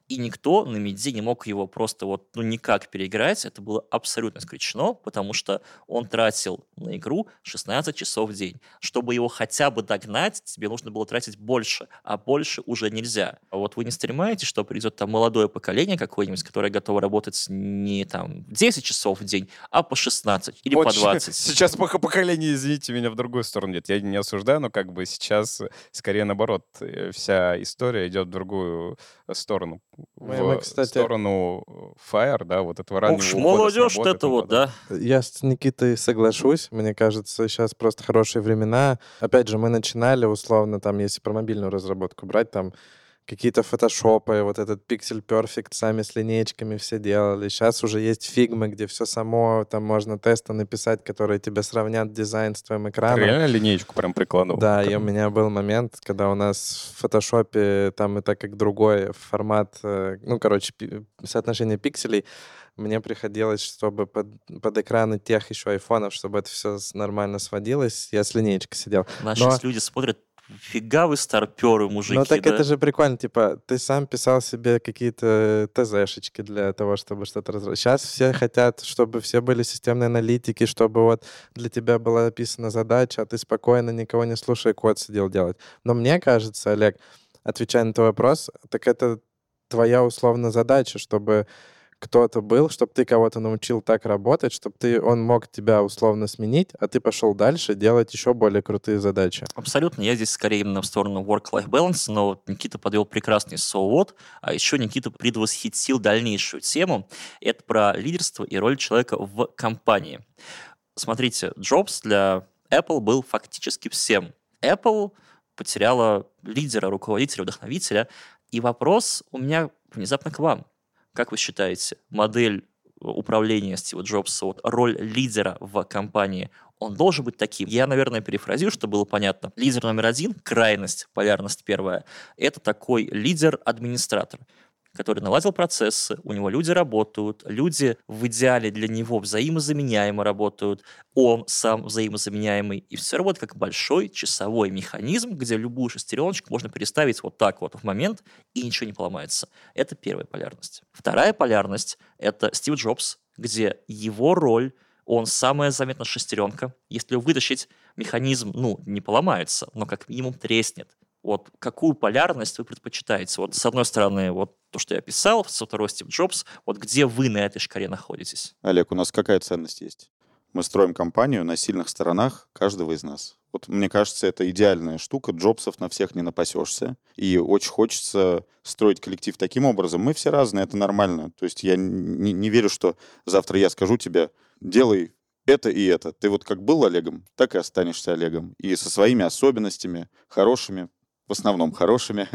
И никто на миде не мог его просто никак переиграть. Это было абсолютно исключено, потому что он тратил на игру 16 часов в день. Чтобы его хотя бы догнать, тебе нужно было тратить больше, а больше уже нельзя. А вот вы не стремаете, что придет там молодое поколение какое-нибудь, которое готово работать не там 10 часов в день, а по 16 или по 20. Сейчас поколение, извините меня, в другую сторону. Нет, я не осуждаю, но как бы сейчас скорее наоборот. Вся история идет в другую сторону. Кстати, в сторону Fire, да, вот этого раннего Ух, ухода с молодежь работы, это вот, да. я с Никитой соглашусь. Мне кажется, сейчас просто хорошие времена. Опять же, мы начинали условно, там, если про мобильную разработку брать, там, какие-то фотошопы, вот этот Pixel Perfect сами с линеечками все делали. Сейчас уже есть фигмы, где все само, там можно тесты написать, которые тебе сравнят дизайн с твоим экраном. Реально линеечку прям прикладывал? Да, и у меня был момент, когда у нас в фотошопе там и так как другой формат, соотношение пикселей, мне приходилось, чтобы под экраны тех еще айфонов, чтобы это все нормально сводилось, я с линеечкой сидел. Наши люди смотрят, фига вы старперы, мужики, Ну так да? это же прикольно, типа, ты сам писал себе какие-то ТЗшечки для того, чтобы что-то разработать. Сейчас все хотят, чтобы все были системные аналитики, чтобы вот для тебя была описана задача, а ты спокойно, никого не слушая, код сидел делать. Но мне кажется, Олег, отвечая на твой вопрос, так это твоя условно задача, чтобы кто-то был, чтобы ты кого-то научил так работать, чтобы он мог тебя условно сменить, а ты пошел дальше делать еще более крутые задачи. Абсолютно. Я здесь скорее именно в сторону work-life balance, но вот Никита подвел прекрасный so-what, а еще Никита предвосхитил дальнейшую тему. Это про лидерство и роль человека в компании. Смотрите, Джобс для Apple был фактически всем. Apple потеряла лидера, руководителя, вдохновителя. И вопрос у меня внезапно к вам. Как вы считаете, модель управления Стива Джобса, роль лидера в компании, он должен быть таким? Я, наверное, перефразирую, чтобы было понятно. Лидер номер один, крайность, полярность первая, это такой лидер-администратор, который наладил процессы, у него люди работают, люди в идеале для него взаимозаменяемо работают, он сам взаимозаменяемый, и все работает как большой часовой механизм, где любую шестереночку можно переставить вот так вот в момент, и ничего не поломается. Это первая полярность. Вторая полярность — это Стив Джобс, где его роль, он самая заметная шестеренка. Если вытащить, механизм, не поломается, но как минимум треснет. Вот какую полярность вы предпочитаете? Вот с одной стороны, вот то, что я описал, со второй Стив Джобс, вот где вы на этой шкале находитесь? Олег, у нас какая ценность есть? Мы строим компанию на сильных сторонах каждого из нас. Вот мне кажется, это идеальная штука. Джобсов на всех не напасешься. И очень хочется строить коллектив таким образом. Мы все разные, это нормально. То есть я не верю, что завтра я скажу тебе, делай это и это. Ты вот как был Олегом, так и останешься Олегом. И со своими особенностями, хорошими, в основном хорошими.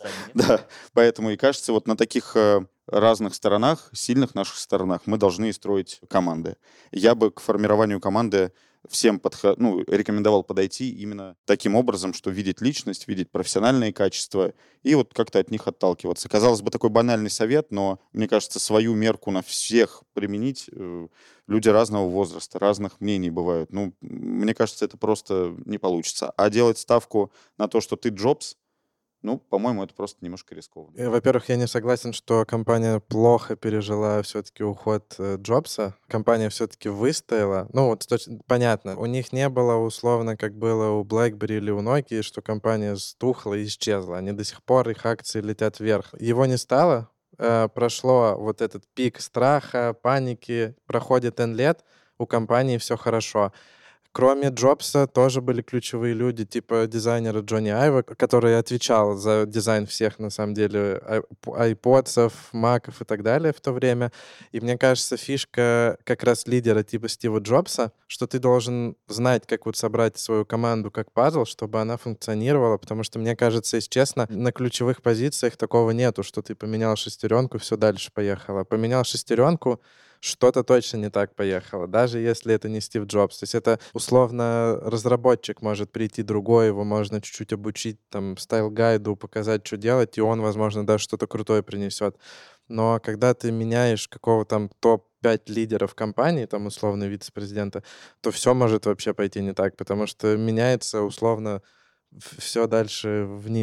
Да, поэтому и кажется, вот на таких разных сторонах, сильных наших сторонах, мы должны строить команды. Я бы к формированию команды всем рекомендовал подойти именно таким образом, что видеть личность, видеть профессиональные качества и вот как-то от них отталкиваться. Казалось бы, такой банальный совет, но, мне кажется, свою мерку на всех применить. Люди разного возраста, разных мнений бывают. Мне кажется, это просто не получится. А делать ставку на то, что ты Джобс, по-моему, это просто немножко рискованно. Во-первых, я не согласен, что компания плохо пережила все-таки уход Джобса. Компания все-таки выстояла. Понятно, у них не было условно, как было у BlackBerry или у Nokia, что компания стухла и исчезла. Они до сих пор, их акции летят вверх. Его не стало. Прошло вот этот пик страха, паники. Проходит N лет, у компании все хорошо. Кроме Джобса тоже были ключевые люди, типа дизайнера Джонни Айва, который отвечал за дизайн всех, на самом деле, айподсов, маков и так далее в то время. И мне кажется, фишка как раз лидера типа Стива Джобса, что ты должен знать, как вот собрать свою команду как пазл, чтобы она функционировала, потому что, мне кажется, если честно, на ключевых позициях такого нету, что ты поменял шестеренку, все дальше поехало. Поменял шестеренку, что-то точно не так поехало, даже если это не Стив Джобс. То есть это условно разработчик может прийти другой, его можно чуть-чуть обучить, там, стайл-гайду, показать, что делать, и он, возможно, даже что-то крутое принесет. Но когда ты меняешь какого-то там топ-5 лидеров компании, там, условно, вице-президента, то все может вообще пойти не так, потому что меняется, условно, все дальше вниз.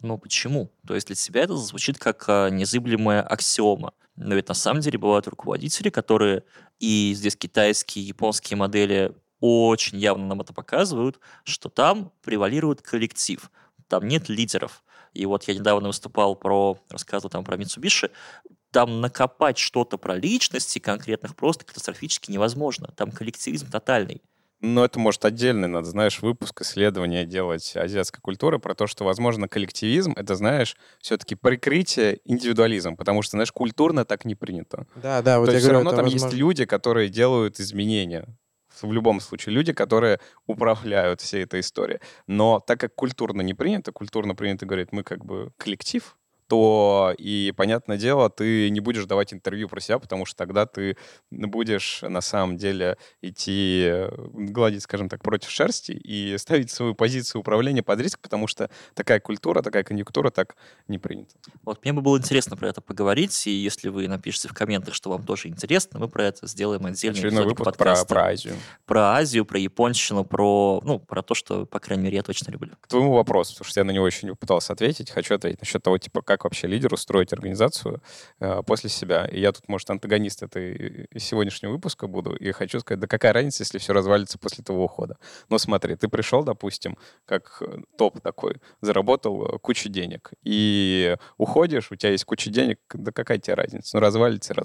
Но почему? То есть для тебя это звучит как незыблемая аксиома. Но ведь на самом деле бывают руководители, которые, и здесь китайские, японские модели очень явно нам это показывают, что там превалирует коллектив, там нет лидеров. И вот я недавно рассказывал там про Mitsubishi, там накопать что-то про личности конкретных просто катастрофически невозможно. Там коллективизм тотальный. Но это, может, отдельный, надо, знаешь, выпуск, исследования делать азиатской культуры про то, что, возможно, коллективизм — это, знаешь, все-таки прикрытие индивидуализм, потому что, знаешь, культурно так не принято. Да, вот То я есть говорю, все равно это там возможно. есть люди, которые делают изменения. В любом случае, люди, которые управляют всей этой историей. Но так как культурно принято говорить, мы как бы коллектив, то и, понятное дело, ты не будешь давать интервью про себя, потому что тогда ты будешь на самом деле идти гладить, скажем так, против шерсти и ставить свою позицию управления под риск, потому что такая культура, такая конъюнктура так не принята. Вот мне бы было интересно про это поговорить, и если вы напишите в комментах, что вам тоже интересно, мы про это сделаем отдельный Очередной эпизодик выпуск подкаста. про Азию. Про Азию, про японщину, про то, что, по крайней мере, я точно люблю. К твоему вопросу, потому что я на него еще не пытался ответить, хочу ответить насчет того, типа, как вообще лидеру строить организацию после себя. И я тут, может, антагонист этой сегодняшнего выпуска буду, и хочу сказать, да какая разница, если все развалится после твоего ухода. Но смотри, ты пришел, допустим, как топ такой, заработал кучу денег, и уходишь, у тебя есть куча денег, да какая тебе разница? Ну, развалится.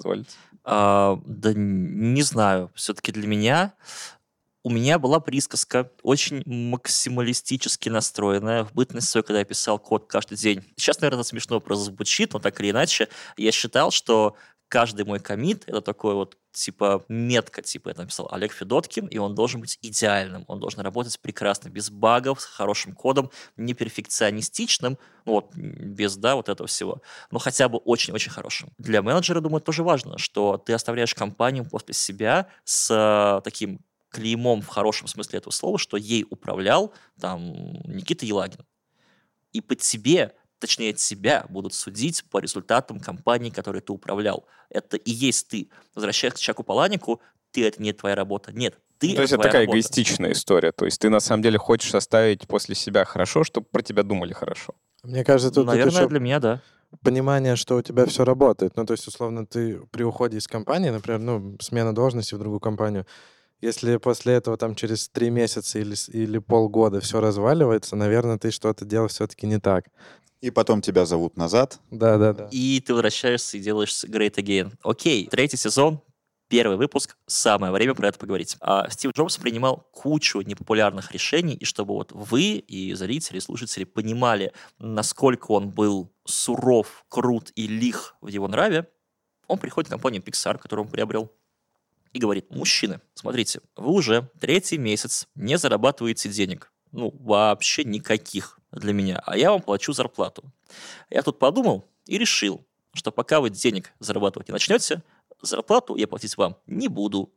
Да не знаю, все-таки для меня... У меня была присказка, очень максималистически настроенная в бытность свою, когда я писал код каждый день. Сейчас, наверное, это смешно прозвучит, но так или иначе, я считал, что каждый мой коммит — это такой вот, типа, метка, типа, я написал Олег Федоткин, и он должен быть идеальным, он должен работать прекрасно, без багов, с хорошим кодом, не перфекционистичным, без, вот этого всего, но хотя бы очень-очень хорошим. Для менеджера, думаю, тоже важно, что ты оставляешь компанию после себя с таким клеймом в хорошем смысле этого слова, что ей управлял там Никита Елагин. И по тебе, точнее тебя, будут судить по результатам компании, которой ты управлял. Это и есть ты. Возвращаясь к Чаку Паланику, это не твоя работа. Нет, ты — То есть это твоя такая работа. эгоистичная история. То есть ты на самом деле хочешь оставить после себя хорошо, чтобы про тебя думали хорошо. Мне кажется, тут Наверное, еще для меня, да. понимание, что у тебя все работает. Ну, то есть, условно, ты при уходе из компании, например, смена должности в другую компанию, если после этого там через 3 месяца или полгода все разваливается, наверное, ты что-то делал все-таки не так. И потом тебя зовут назад. Да. И ты возвращаешься и делаешь Great Again. Окей, 3-й сезон, 1-й выпуск, самое время про это поговорить. Стив Джобс принимал кучу непопулярных решений, и чтобы вот вы и зрители, и слушатели понимали, насколько он был суров, крут и лих в его нраве, он приходит в компанию Pixar, которую он приобрел, и говорит: мужчины, смотрите, вы уже 3-й месяц не зарабатываете денег. Вообще никаких для меня. А я вам плачу зарплату. Я тут подумал и решил, что пока вы денег зарабатывать не начнете, зарплату я платить вам не буду.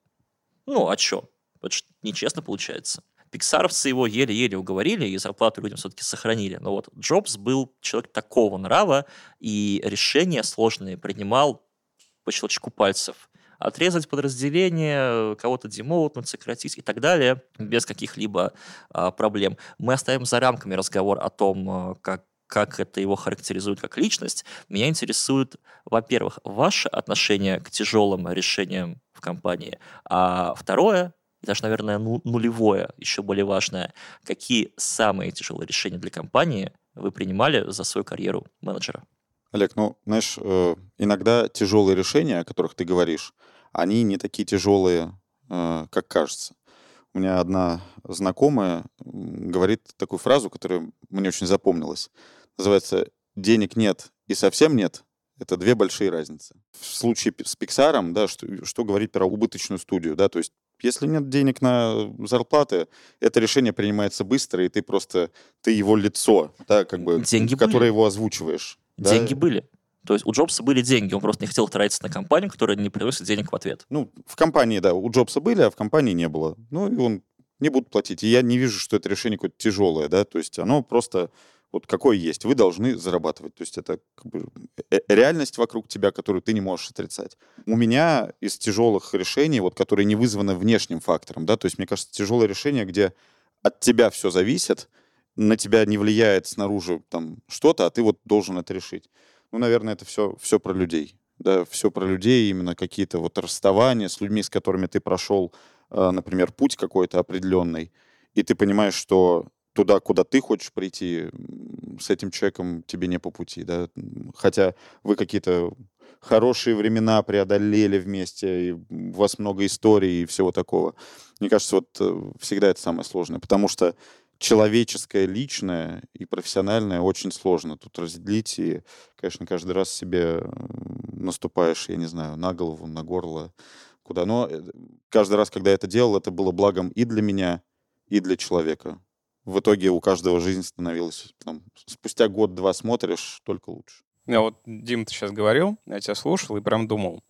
А чё? Это ж нечестно получается. Пиксаровцы его еле-еле уговорили, и зарплату людям все-таки сохранили. Но вот Джобс был человек такого нрава, и решения сложные принимал по щелчку пальцев. Отрезать подразделение, кого-то демоутнуть, сократить и так далее, без каких-либо проблем. Мы оставим за рамками разговор о том, как это его характеризует как личность. Меня интересует, во-первых, ваше отношение к тяжелым решениям в компании, а второе, даже, наверное, нулевое, еще более важное, какие самые тяжелые решения для компании вы принимали за свою карьеру менеджера? Олег, знаешь, иногда тяжелые решения, о которых ты говоришь, они не такие тяжелые, как кажется. У меня одна знакомая говорит такую фразу, которая мне очень запомнилась. Называется «денег нет и совсем нет». Это 2 большие разницы. В случае с Pixar, да, что говорить про убыточную студию, да, то есть если нет денег на зарплаты, это решение принимается быстро, и ты его лицо, да, Деньги которое были. его озвучиваешь. Деньги Да? были. То есть у Джобса были деньги, он просто не хотел тратиться на компанию, которая не приносит денег в ответ. В компании, да, у Джобса были, а в компании не было. И он не будет платить. И я не вижу, что это решение какое-то тяжелое, да, то есть оно просто вот какое есть. Вы должны зарабатывать. То есть это реальность вокруг тебя, которую ты не можешь отрицать. У меня из тяжелых решений, которые не вызваны внешним фактором, да, то есть мне кажется, тяжелое решение, где от тебя все зависит, на тебя не влияет снаружи там что-то, а ты вот должен это решить. Ну, наверное, это все про людей. Да, все про людей, именно какие-то вот расставания с людьми, с которыми ты прошел, например, путь какой-то определенный, и ты понимаешь, что туда, куда ты хочешь прийти, с этим человеком тебе не по пути, да. Хотя вы какие-то хорошие времена преодолели вместе, и у вас много историй и всего такого. Мне кажется, вот всегда это самое сложное, потому что человеческое, личное и профессиональное очень сложно тут разделить, и, конечно, каждый раз себе наступаешь, я не знаю, на голову, на горло, куда. Но каждый раз, когда я это делал, это было благом и для меня, и для человека. В итоге у каждого жизнь становилась, там, спустя год-два смотришь, только лучше. Я вот, Дим, ты сейчас говорил, я тебя слушал и прям думал.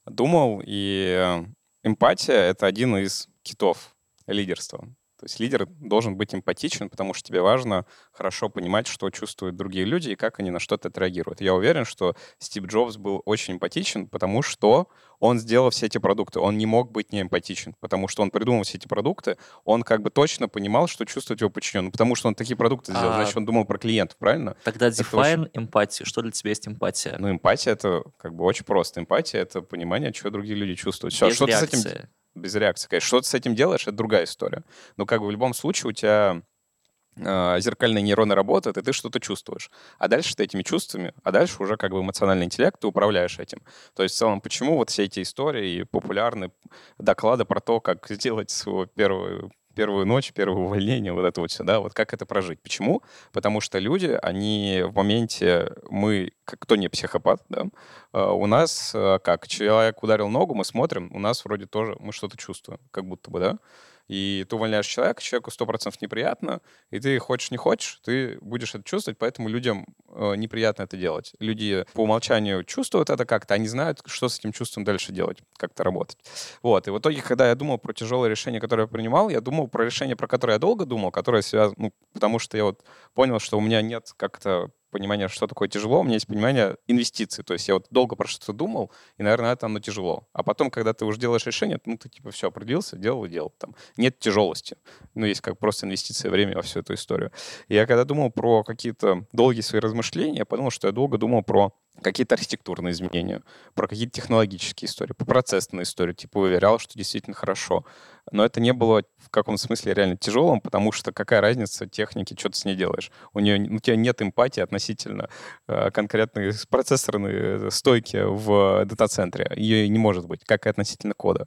И эмпатия — это один из китов лидерства. То есть лидер должен быть эмпатичен, потому что тебе важно хорошо понимать, что чувствуют другие люди и как они на что-то отреагируют. Я уверен, что Стив Джобс был очень эмпатичен, потому что он сделал все эти продукты. Он не мог быть не эмпатичен, потому что он придумал все эти продукты, он как бы точно понимал, что чувствует его подчиненный, потому что он такие продукты сделал, значит, он думал про клиентов, правильно? Тогда Это define эмпатию. Что для тебя есть эмпатия? Ну, эмпатия — это как бы очень просто. Эмпатия — это понимание, что другие люди чувствуют. Всё, Без что ты с этим... реакции. Без реакции, конечно. Что ты с этим делаешь — это другая история. Но как бы в любом случае у тебя зеркальные нейроны работают, и ты что-то чувствуешь. А дальше ты этими чувствами, а дальше уже как бы эмоциональный интеллект, ты управляешь этим. То есть в целом, почему вот все эти истории и популярны доклады про то, как сделать свою первую ночь, первое увольнение, вот это вот все, да, вот как это прожить. Почему? Потому что люди, они в моменте, мы, кто не психопат, да, у нас, как человек ударил ногу, мы смотрим, у нас вроде тоже, мы что-то чувствуем, как будто бы, да. И ты увольняешь человека, человеку 100% неприятно, и ты хочешь не хочешь, ты будешь это чувствовать, поэтому людям неприятно это делать. Люди по умолчанию чувствуют это как-то, они знают, что с этим чувством дальше делать, как-то работать. Вот, и в итоге, когда я думал про тяжелые решения, которые я принимал, я думал про решения, про которые я долго думал, которые связаны, ну, потому что я вот понял, что у меня нет как-то понимание, что такое тяжело, у меня есть понимание инвестиций. То есть я вот долго про что-то думал, и, наверное, это оно тяжело. А потом, когда ты уже делаешь решение, ну, ты типа все, определился, делал и делал. Там нет тяжелости. Ну, есть как просто инвестиция времени во всю эту историю. И я когда думал про какие-то долгие свои размышления, я подумал, что я долго думал про какие-то архитектурные изменения, про какие-то технологические истории, по процессной истории, типа уверял, что действительно хорошо. Но это не было в каком-то смысле реально тяжелым, потому что какая разница техники, что ты с ней делаешь? У тебя нет эмпатии относительно конкретной процессорной стойки в дата-центре. Ее не может быть, как и относительно кода.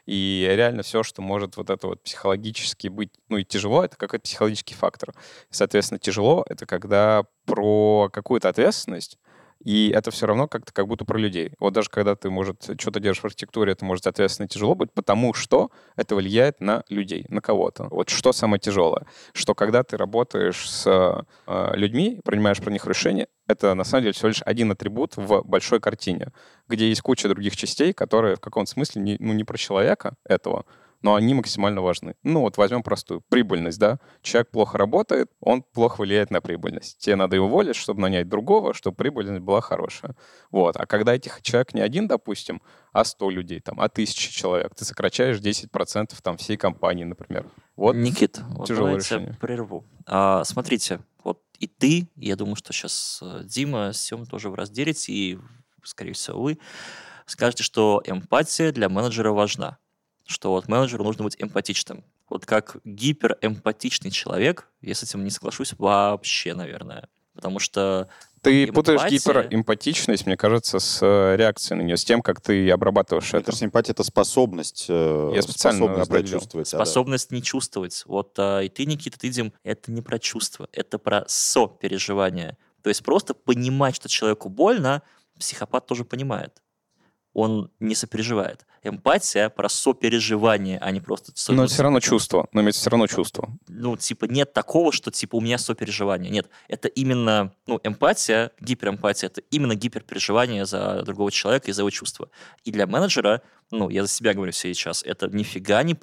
И реально все, что может вот это вот психологически быть, ну и тяжело, это какой-то психологический фактор. Соответственно, тяжело — это когда про какую-то ответственность, и это все равно как-то как будто про людей. Вот даже когда ты, может, что-то делаешь в архитектуре, это может, соответственно, тяжело быть, потому что это влияет на людей, на кого-то. Вот что самое тяжелое? Что когда ты работаешь с людьми, принимаешь про них решения, это на самом деле всего лишь один атрибут в большой картине, где есть куча других частей, которые в каком-то смысле не про человека этого, но они максимально важны. Ну вот возьмем простую прибыльность, да. Человек плохо работает, он плохо влияет на прибыльность. Тебе надо его уволить, чтобы нанять другого, чтобы прибыльность была хорошая. Вот. А когда этих человек не один, допустим, а 100 людей, там, а 1000 человек, ты сокращаешь 10% там всей компании, например. Вот Никит, вот тяжелое давайте решение. прерву. Смотрите, вот и ты, я думаю, что сейчас Дима с Сем тоже вы разделите, и, скорее всего, вы скажете, что эмпатия для менеджера важна. Что вот менеджеру нужно быть эмпатичным. Вот как гиперэмпатичный человек, я с этим не соглашусь вообще, наверное. Потому что Ты путаешь эмпатия- гиперэмпатичность, мне кажется, с реакцией на нее, с тем, как ты обрабатываешь Мне это. кажется, эмпатия — это способность, Я специально способность да, определил. чувствовать. способность не чувствовать. Вот и ты, Никита, ты, Дим, это не про чувства, это про сопереживание. То есть просто понимать, что человеку больно, психопат тоже понимает. Он не сопереживает. Эмпатия про сопереживание, а не просто... Но это все равно чувство. Но это все равно чувство. Ну, типа, нет такого, что, типа, у меня сопереживание. Нет, это именно, ну, эмпатия, гиперэмпатия, это именно гиперпереживание за другого человека и за его чувства. И для менеджера, ну, я за себя говорю сейчас, это нифига не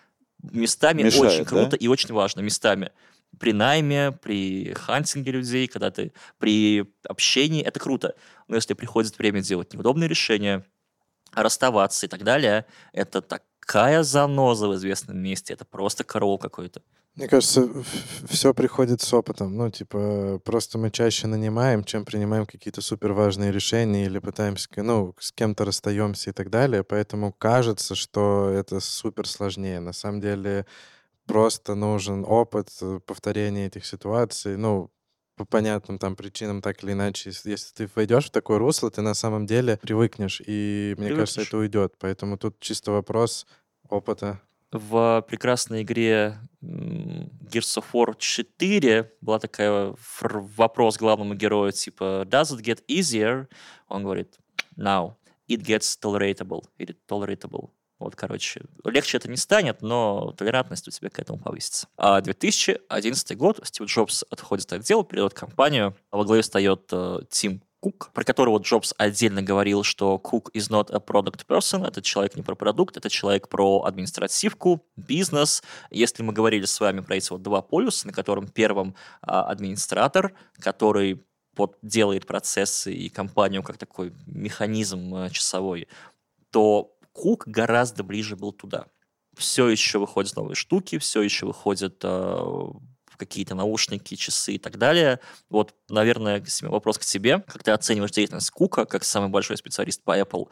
местами Мешает, очень круто да? и очень важно. Местами при найме, при хантинге людей, когда ты при общении, это круто. Но если приходит время делать неудобные решения, расставаться и так далее, это так такая заноза в известном месте. Это просто караул какой-то. Мне кажется, все приходит с опытом. Ну, типа, просто мы чаще нанимаем, чем принимаем какие-то суперважные решения или пытаемся, ну, с кем-то расстаемся и так далее. Поэтому кажется, что это супер сложнее. На самом деле просто нужен опыт повторения этих ситуаций. Ну, по понятным там причинам, так или иначе. Если ты войдешь в такое русло, ты на самом деле привыкнешь. И мне кажется, Привыкнешь. это уйдет. Поэтому тут чисто вопрос опыта. В прекрасной игре Gears of War 4 была такая вопрос главному герою, типа, does it get easier? Он говорит, now, it gets tolerable, или tolerable. Вот, короче, легче это не станет, но толерантность у тебя к этому повысится. А 2011 год, Стив Джобс отходит от дела, передает компанию, а во главе встает Тим Кук, про которого Джобс отдельно говорил, что Кук is not a product person, это человек не про продукт, это человек про административку, бизнес. Если мы говорили с вами про эти вот два полюса, на котором первом администратор, который вот делает процессы и компанию как такой механизм часовой, то Кук гораздо ближе был туда. Все еще выходят новые штуки, все еще выходят какие-то наушники, часы и так далее. Вот, наверное, вопрос к тебе. Как ты оцениваешь деятельность Кука как самый большой специалист по Apple?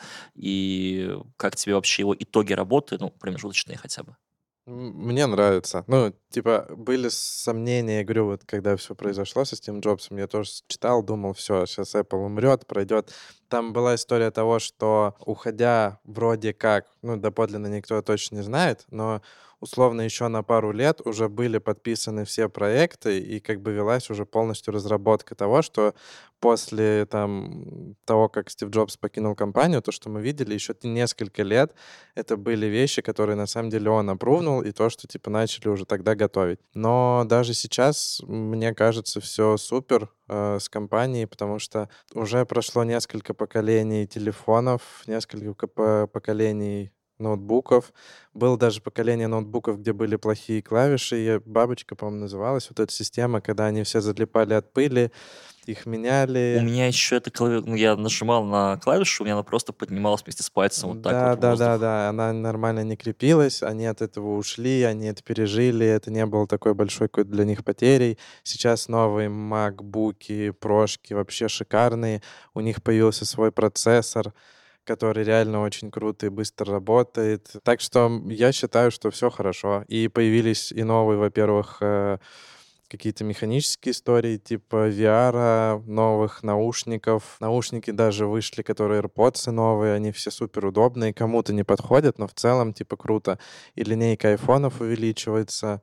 И как тебе вообще его итоги работы, ну, промежуточные хотя бы? Мне нравится. Ну, типа, были сомнения, я говорю, вот когда все произошло со Стивом Джобсом, я тоже читал, думал, все, сейчас Apple умрет, пройдет. Там была история того, что уходя вроде как, ну, доподлинно никто точно не знает, но условно еще на пару лет уже были подписаны все проекты, и как бы велась уже полностью разработка того, что после там того, как Стив Джобс покинул компанию, то, что мы видели, еще несколько лет, это были вещи, которые на самом деле он опрувнул, и то, что типа начали уже тогда готовить. Но даже сейчас, мне кажется, все супер с компанией, потому что уже прошло несколько поколений телефонов, несколько поколений ноутбуков. Было даже поколение ноутбуков, где были плохие клавиши. Бабочка, по-моему, называлась. Вот эта система, когда они все залипали от пыли, их У меняли. меня еще это я нажимал на клавишу, у меня она просто поднималась вместе с пальцем вот так вот в воздух. Да. Она нормально не крепилась, они от этого ушли, они это пережили, это не было такой большой какой-то для них потерей. Сейчас новые макбуки, прошки вообще шикарные. У них появился свой процессор, который реально очень круто и быстро работает. Так что я считаю, что все хорошо. И появились и новые, во-первых, какие-то механические истории, типа VR, новых наушников. Наушники даже вышли, которые AirPods новые, они все супер удобные, кому-то не подходят, но в целом, типа, круто. И линейка айфонов увеличивается.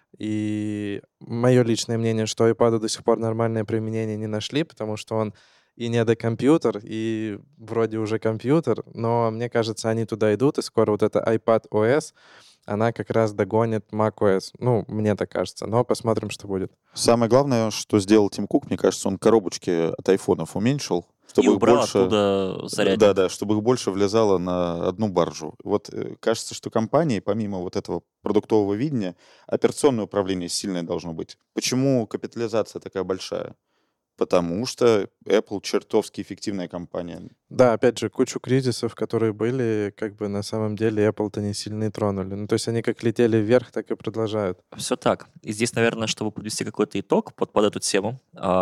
И мое личное мнение, что iPad до сих пор нормальное применение не нашли, потому что он и недокомпьютер, и вроде уже компьютер, но мне кажется, они туда идут, и скоро вот эта iPad OS, она как раз догонит macOS. Ну, мне так кажется, но посмотрим, что будет. Самое главное, что сделал Тим Кук, мне кажется, он коробочки от айфонов уменьшил, чтобы И их убрал больше... оттуда зарядник. Да, чтобы их больше влезало на одну баржу. Вот кажется, что компании, помимо вот этого продуктового видения, операционное управление сильное должно быть. Почему капитализация такая большая? Потому что Apple чертовски эффективная компания. Да, опять же, кучу кризисов, которые были, как бы на самом деле Apple-то не сильно и тронули. Ну, то есть они как летели вверх, так и продолжают. Все так. И здесь, наверное, чтобы подвести какой-то итог под эту тему,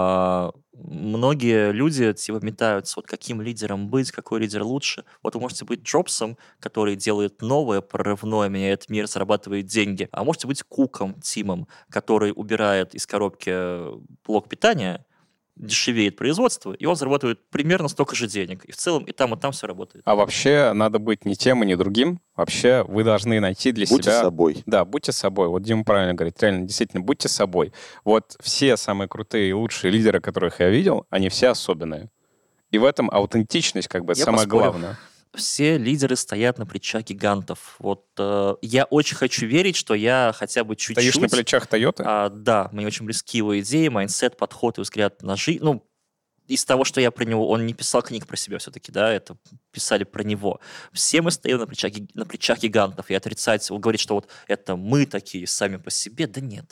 многие люди типа метаются, вот каким лидером быть, какой лидер лучше. Вот вы можете быть Джобсом, который делает новое, прорывное, меняет мир, зарабатывает деньги. А можете быть Куком, Тимом, который убирает из коробки блок питания, дешевеет производство, и он зарабатывает примерно столько же денег. И в целом и там все работает. А вообще надо быть ни тем и ни другим. Вообще вы должны найти для Будьте себя... собой. Да, будьте собой. Вот Дима правильно говорит. Реально, действительно, будьте собой. Вот все самые крутые и лучшие лидеры, которых я видел, они все особенные. И в этом аутентичность как бы Я самое поспорю. главное. Все лидеры стоят на плечах гигантов. Вот я очень хочу верить, что я хотя бы чуть-чуть... Стоишь на плечах Тойоты? Да, мне очень близки его идеи, майндсет, подход и взгляд на жизнь. Ну, из того, что я про него... Он не писал книг про себя все-таки, да, это писали про него. Все мы стоим на плечах гигантов, и отрицать, он говорит, что вот это мы такие сами по себе, да нет.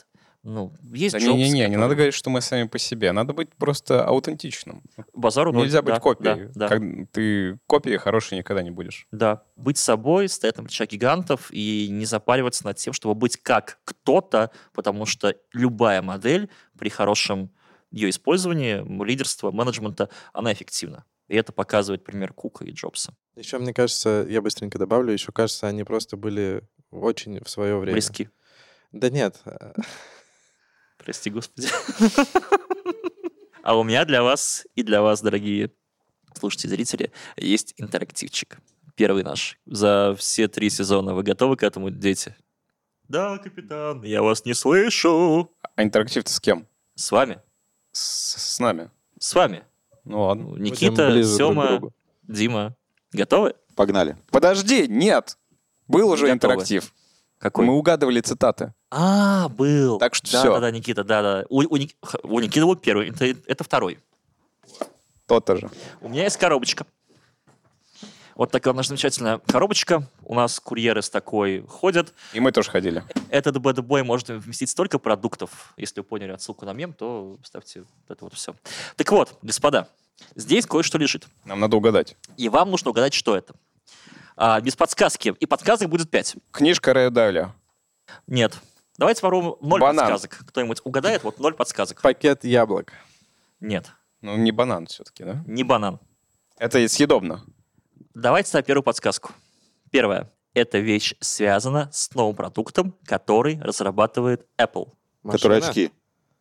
Ну, есть Да Джобс, не-не-не, не который- надо говорить, что мы сами по себе. Надо быть просто аутентичным. Базару ноль. Нельзя быть Да, копией. Да, да. Как ты копией хорошей никогда не будешь. Да, быть собой, стоять на плечах гигантов и не запариваться над тем, чтобы быть как кто-то, потому что любая модель при хорошем ее использовании, лидерства, менеджмента, она эффективна. И это показывает пример Кука и Джобса. Еще, мне кажется, я быстренько добавлю, еще кажется, они просто были очень в свое время. Близки. Да нет, Прости, господи. А у меня для вас и для вас, дорогие слушатели и зрители, есть интерактивчик. Первый наш. За все 3 сезона. Вы готовы к этому, дети? Да, капитан, я вас не слышу. А интерактив-то с кем? С вами. С нами. С вами. Ну ладно. будем Никита, ближе друг к Сёма, другу. Дима. Готовы? Погнали. Подожди, нет. Был уже Готовы. интерактив. Какой? Мы угадывали цитаты. Был. Так что да, всё. Да, Никита, да. У Никиты был первый, это второй. То-то же. У меня есть коробочка. Вот такая наша замечательная коробочка. У нас курьеры с такой ходят. И мы тоже ходили. Этот бэд-бой может вместить столько продуктов. Если вы поняли отсылку на мем, то ставьте вот это вот все. Так вот, господа, здесь кое-что лежит. Нам надо угадать. И вам нужно угадать, что это. Без подсказки. И подсказок будет 5. Книжка Рэя Далио. Нет. Давайте попробуем 0 Банан. подсказок. Кто-нибудь угадает? Вот 0 подсказок. Пакет яблок. Нет. Ну, не банан все-таки, да? Не банан. Это съедобно. Давайте на первую подсказку. Первая. Эта вещь связана с новым продуктом, который разрабатывает Apple. Которые Машина? очки.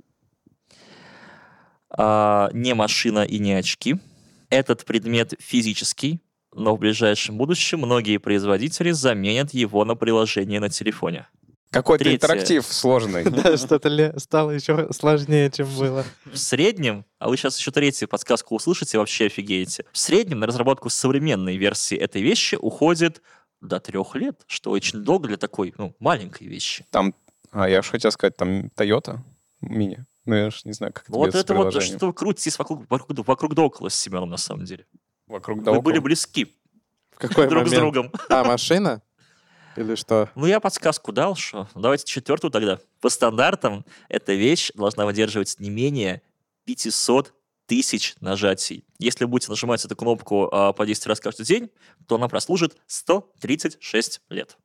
Не машина и не очки. Этот предмет физический, но в ближайшем будущем многие производители заменят его на приложение на телефоне. Какой-то Третье. интерактив сложный. Да, что-то стало еще сложнее, чем было. В среднем, а вы сейчас еще третью подсказку услышите, вообще офигеете. В среднем на разработку современной версии этой вещи уходит до 3 лет, что очень долго для такой, маленькой вещи. Там, я же хотел сказать, там Toyota мини. Ну, я же не знаю, как это Вот без это вот, приложения. что вы крутитесь вокруг да около с Семеном, на самом деле. Вокруг да Вы около. были близки В какой друг с момент? другом. Машина? Или что? Я подсказку дал, что давайте 4 тогда. По стандартам эта вещь должна выдерживать не менее 500 тысяч нажатий. Если вы будете нажимать эту кнопку по 10 раз каждый день, то она прослужит 136 лет.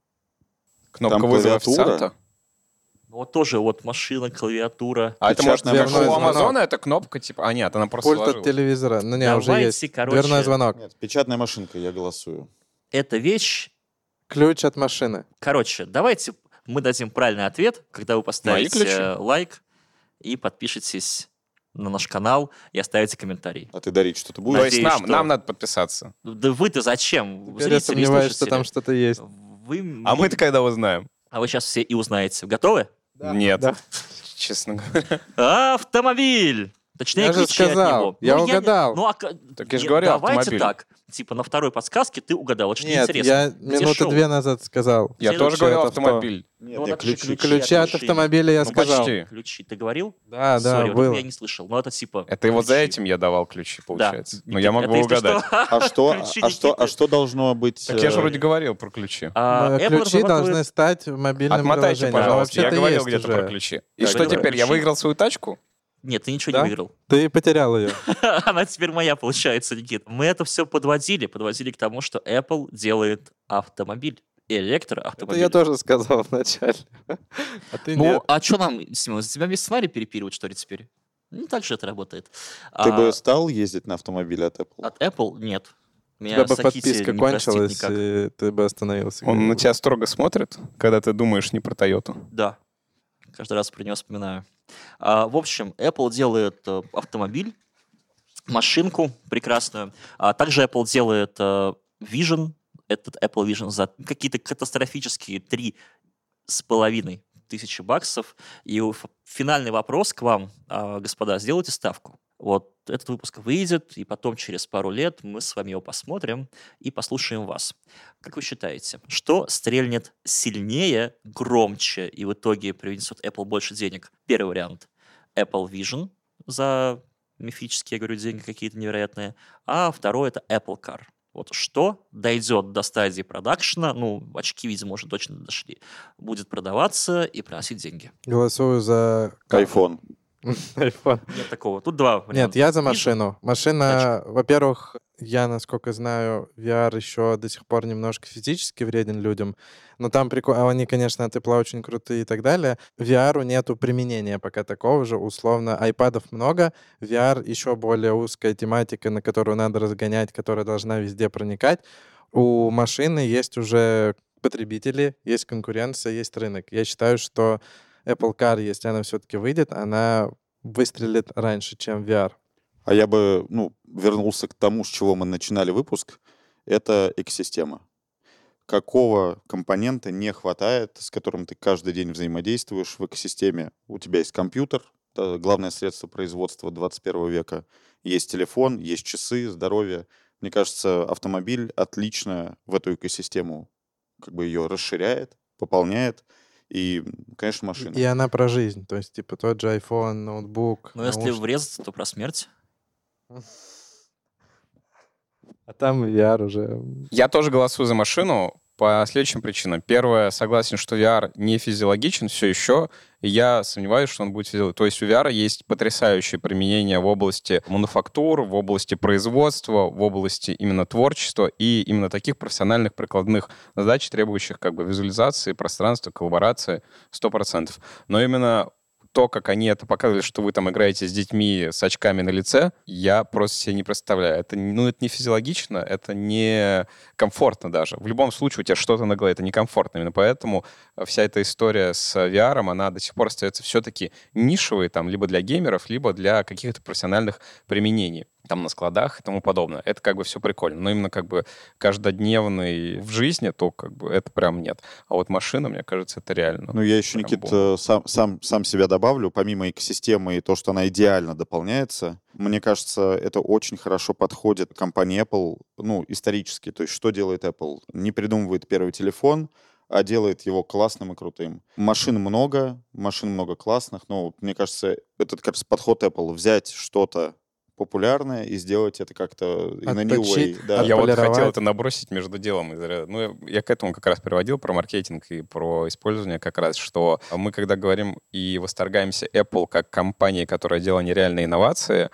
Кнопка Там вызова клавиатура? официанта. Вот тоже машина, клавиатура. А это может, Печатная как у машина. Амазона эта кнопка, типа... А нет, она просто Пульт от сложилась. телевизора. Ну, не, уже Давайте, есть. короче. Дверной звонок. Нет, печатная машинка, я голосую. Эта вещь... Ключ от машины. Короче, давайте мы дадим правильный ответ, когда вы Мои поставите ключи. лайк и подпишитесь на наш канал и оставите комментарий. А ты дарить что-то То будешь? Надеюсь, есть что- нам надо подписаться. Да вы-то зачем? Теперь я Зрители и сомневаюсь, что слушатели. там что-то есть. Вы... А мы-то когда узнаем? А вы сейчас все и узнаете. Готовы? Нет. Да. Честно говоря. Автомобиль! Точнее, Я же ключи от сказал, него. я угадал. Так я же говорю, давайте автомобиль. так. Типа на второй подсказке ты угадал. Очень Нет, интересно. я Где минуты шоу? 2 назад сказал. Я Следующий тоже говорил от авто. автомобиль. Нет, Ну, нет, это же ключи. Ключи от машины. автомобиля я Ну, сказал. почти. Ключи. Ты говорил? Да, да, Сори, вот было. я не слышал. Но это типа... Это и вот за ключи. этим я давал ключи, получается. Но Никита, я могу это если угадать. что. А что, Ключи а Никиты. что должно быть? Так я же вроде говорил про ключи. Apple Ключи разрабатывает- должны стать в мобильном Отмотайте, приложении. Но пожалуйста. Я вообще-то говорил есть где-то уже. про ключи. И Так, что давай. теперь? Я выиграл свою тачку? Нет, ты ничего Да? не выиграл. Ты потерял ее. Она теперь моя, получается, Никит. Мы это все подводили к тому, что Apple делает автомобиль. Это Электроавтомобиль. я тоже сказал вначале. А ты Ну, нет. а что нам, Семен, за тебя весь сценарий перепиливать, что ли, теперь? Не так же это работает. Ты бы стал ездить на автомобиле от Apple? От Apple нет. У Меня тебя бы Сакити подписка не простит кончилась, никак. и ты бы остановился. Он на тебя строго смотрит, когда ты думаешь не про Тойоту. Да. Каждый раз про него вспоминаю. В общем, Apple делает автомобиль, машинку прекрасную. Также Apple делает Vision, этот Apple Vision за какие-то катастрофические 3,5 тысячи баксов. И финальный вопрос к вам, господа, сделайте ставку. Вот этот выпуск выйдет, и потом через пару лет мы с вами его посмотрим и послушаем вас. Как вы считаете, что стрельнет сильнее, громче и в итоге принесет Apple больше денег? Первый вариант – Apple Vision за мифические, я говорю, деньги какие-то невероятные. А второй – это Apple Car. Вот что дойдет до стадии продакшена, ну, очки, видимо, уже точно дошли, будет продаваться и приносить деньги. Голосую за iPhone. iPhone. Нет такого. Тут два варианта. Нет, я за Вижу. машину. Машина, во-первых, я, насколько знаю, VR еще до сих пор немножко физически вреден людям, но там прикольно, они, конечно, от Apple очень крутые и так далее. VR нету применения пока такого же, условно, айпадов много, VR еще более узкая тематика, на которую надо разгонять, которая должна везде проникать. У машины есть уже потребители, есть конкуренция, есть рынок. Я считаю, что Apple Car, если она все-таки выйдет, она выстрелит раньше, чем VR. А я бы, вернулся к тому, с чего мы начинали выпуск. Это экосистема. Какого компонента не хватает, с которым ты каждый день взаимодействуешь в экосистеме? У тебя есть компьютер, это главное средство производства 21 века. Есть телефон, есть часы, здоровье. Мне кажется, автомобиль отлично в эту экосистему как бы ее расширяет, пополняет. И, конечно, машина. И она про жизнь. То есть, типа, тот же iPhone, ноутбук. Но если врезаться, то про смерть. А там VR уже... Я тоже голосую за машину по следующим причинам. Первое, согласен, что VR не физиологичен все еще, и я сомневаюсь, что он будет физиологичен. То есть у VR есть потрясающее применение в области мануфактур, в области производства, в области именно творчества и именно таких профессиональных прикладных задач, требующих как бы визуализации, пространства, коллаборации 100%. Но именно то, как они это показывали, что вы там играете с детьми с очками на лице, я просто себе не представляю. Это не физиологично, это не комфортно даже. В любом случае у тебя что-то на голове, это некомфортно. Именно поэтому вся эта история с VR, она до сих пор остается все-таки нишевой, там, либо для геймеров, либо для каких-то профессиональных применений там на складах и тому подобное. Это как бы все прикольно. Но именно как бы каждодневный в жизни, то как бы это прям нет. А вот машина, мне кажется, это реально. Ну, я еще, Никита, сам себя добавлю. Помимо экосистемы и то, что она идеально дополняется, мне кажется, это очень хорошо подходит компании Apple, исторически. То есть что делает Apple? Не придумывает первый телефон, а делает его классным и крутым. Машин много классных, но мне кажется, этот как раз подход Apple — взять что-то популярное и сделать это как-то in a new way. Да. Я вот хотел это набросить между делом. Я к этому как раз приводил про маркетинг и про использование как раз, что мы, когда говорим и восторгаемся Apple как компанией, которая делала нереальные инновации,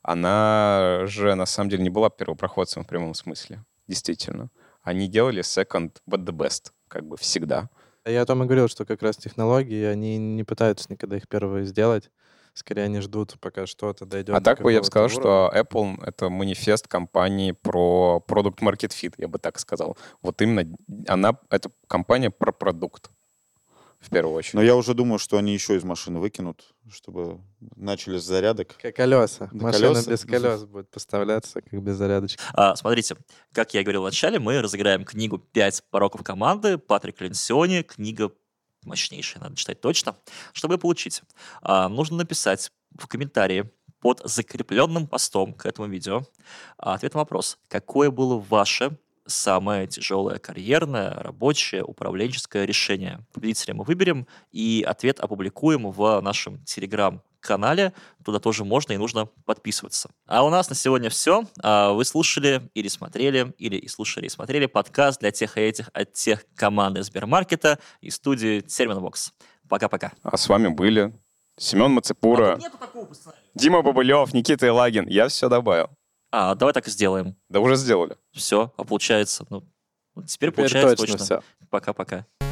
она же на самом деле не была первопроходцем в прямом смысле. Действительно. Они делали second but the best, как бы всегда. Я о том и говорил, что как раз технологии, они не пытаются никогда их первые сделать. Скорее, они ждут, пока что-то дойдет. А так бы я бы сказал, что Apple — это манифест компании про Product Market Fit, я бы так сказал. Вот именно это компания про продукт, в первую очередь. Но я уже думаю, что они еще из машины выкинут, чтобы начали с зарядок. Как колеса. Машина колеса? без колес будет поставляться, как без зарядочки. Смотрите, как я и говорил в начале, мы разыграем книгу «5 пороков команды» Патрика Ленсиони. Книга мощнейшая, надо читать точно. Чтобы получить, нужно написать в комментарии под закрепленным постом к этому видео ответ на вопрос: какое было ваше самое тяжелое карьерное, рабочее, управленческое решение? Победителя мы выберем, и ответ опубликуем в нашем Telegram-канале. Туда тоже можно и нужно подписываться. А у нас на сегодня все. Вы слушали или смотрели, или слушали и смотрели подкаст для тех и этих от тех команды Сбермаркета и студии Терминбокс. Пока-пока. А с вами были Семен Мацепура, Дима Бобылев, Никита Елагин. Я все добавил. Давай так и сделаем. Да уже сделали. Все, получается. Теперь получается точно. Всё. Пока-пока.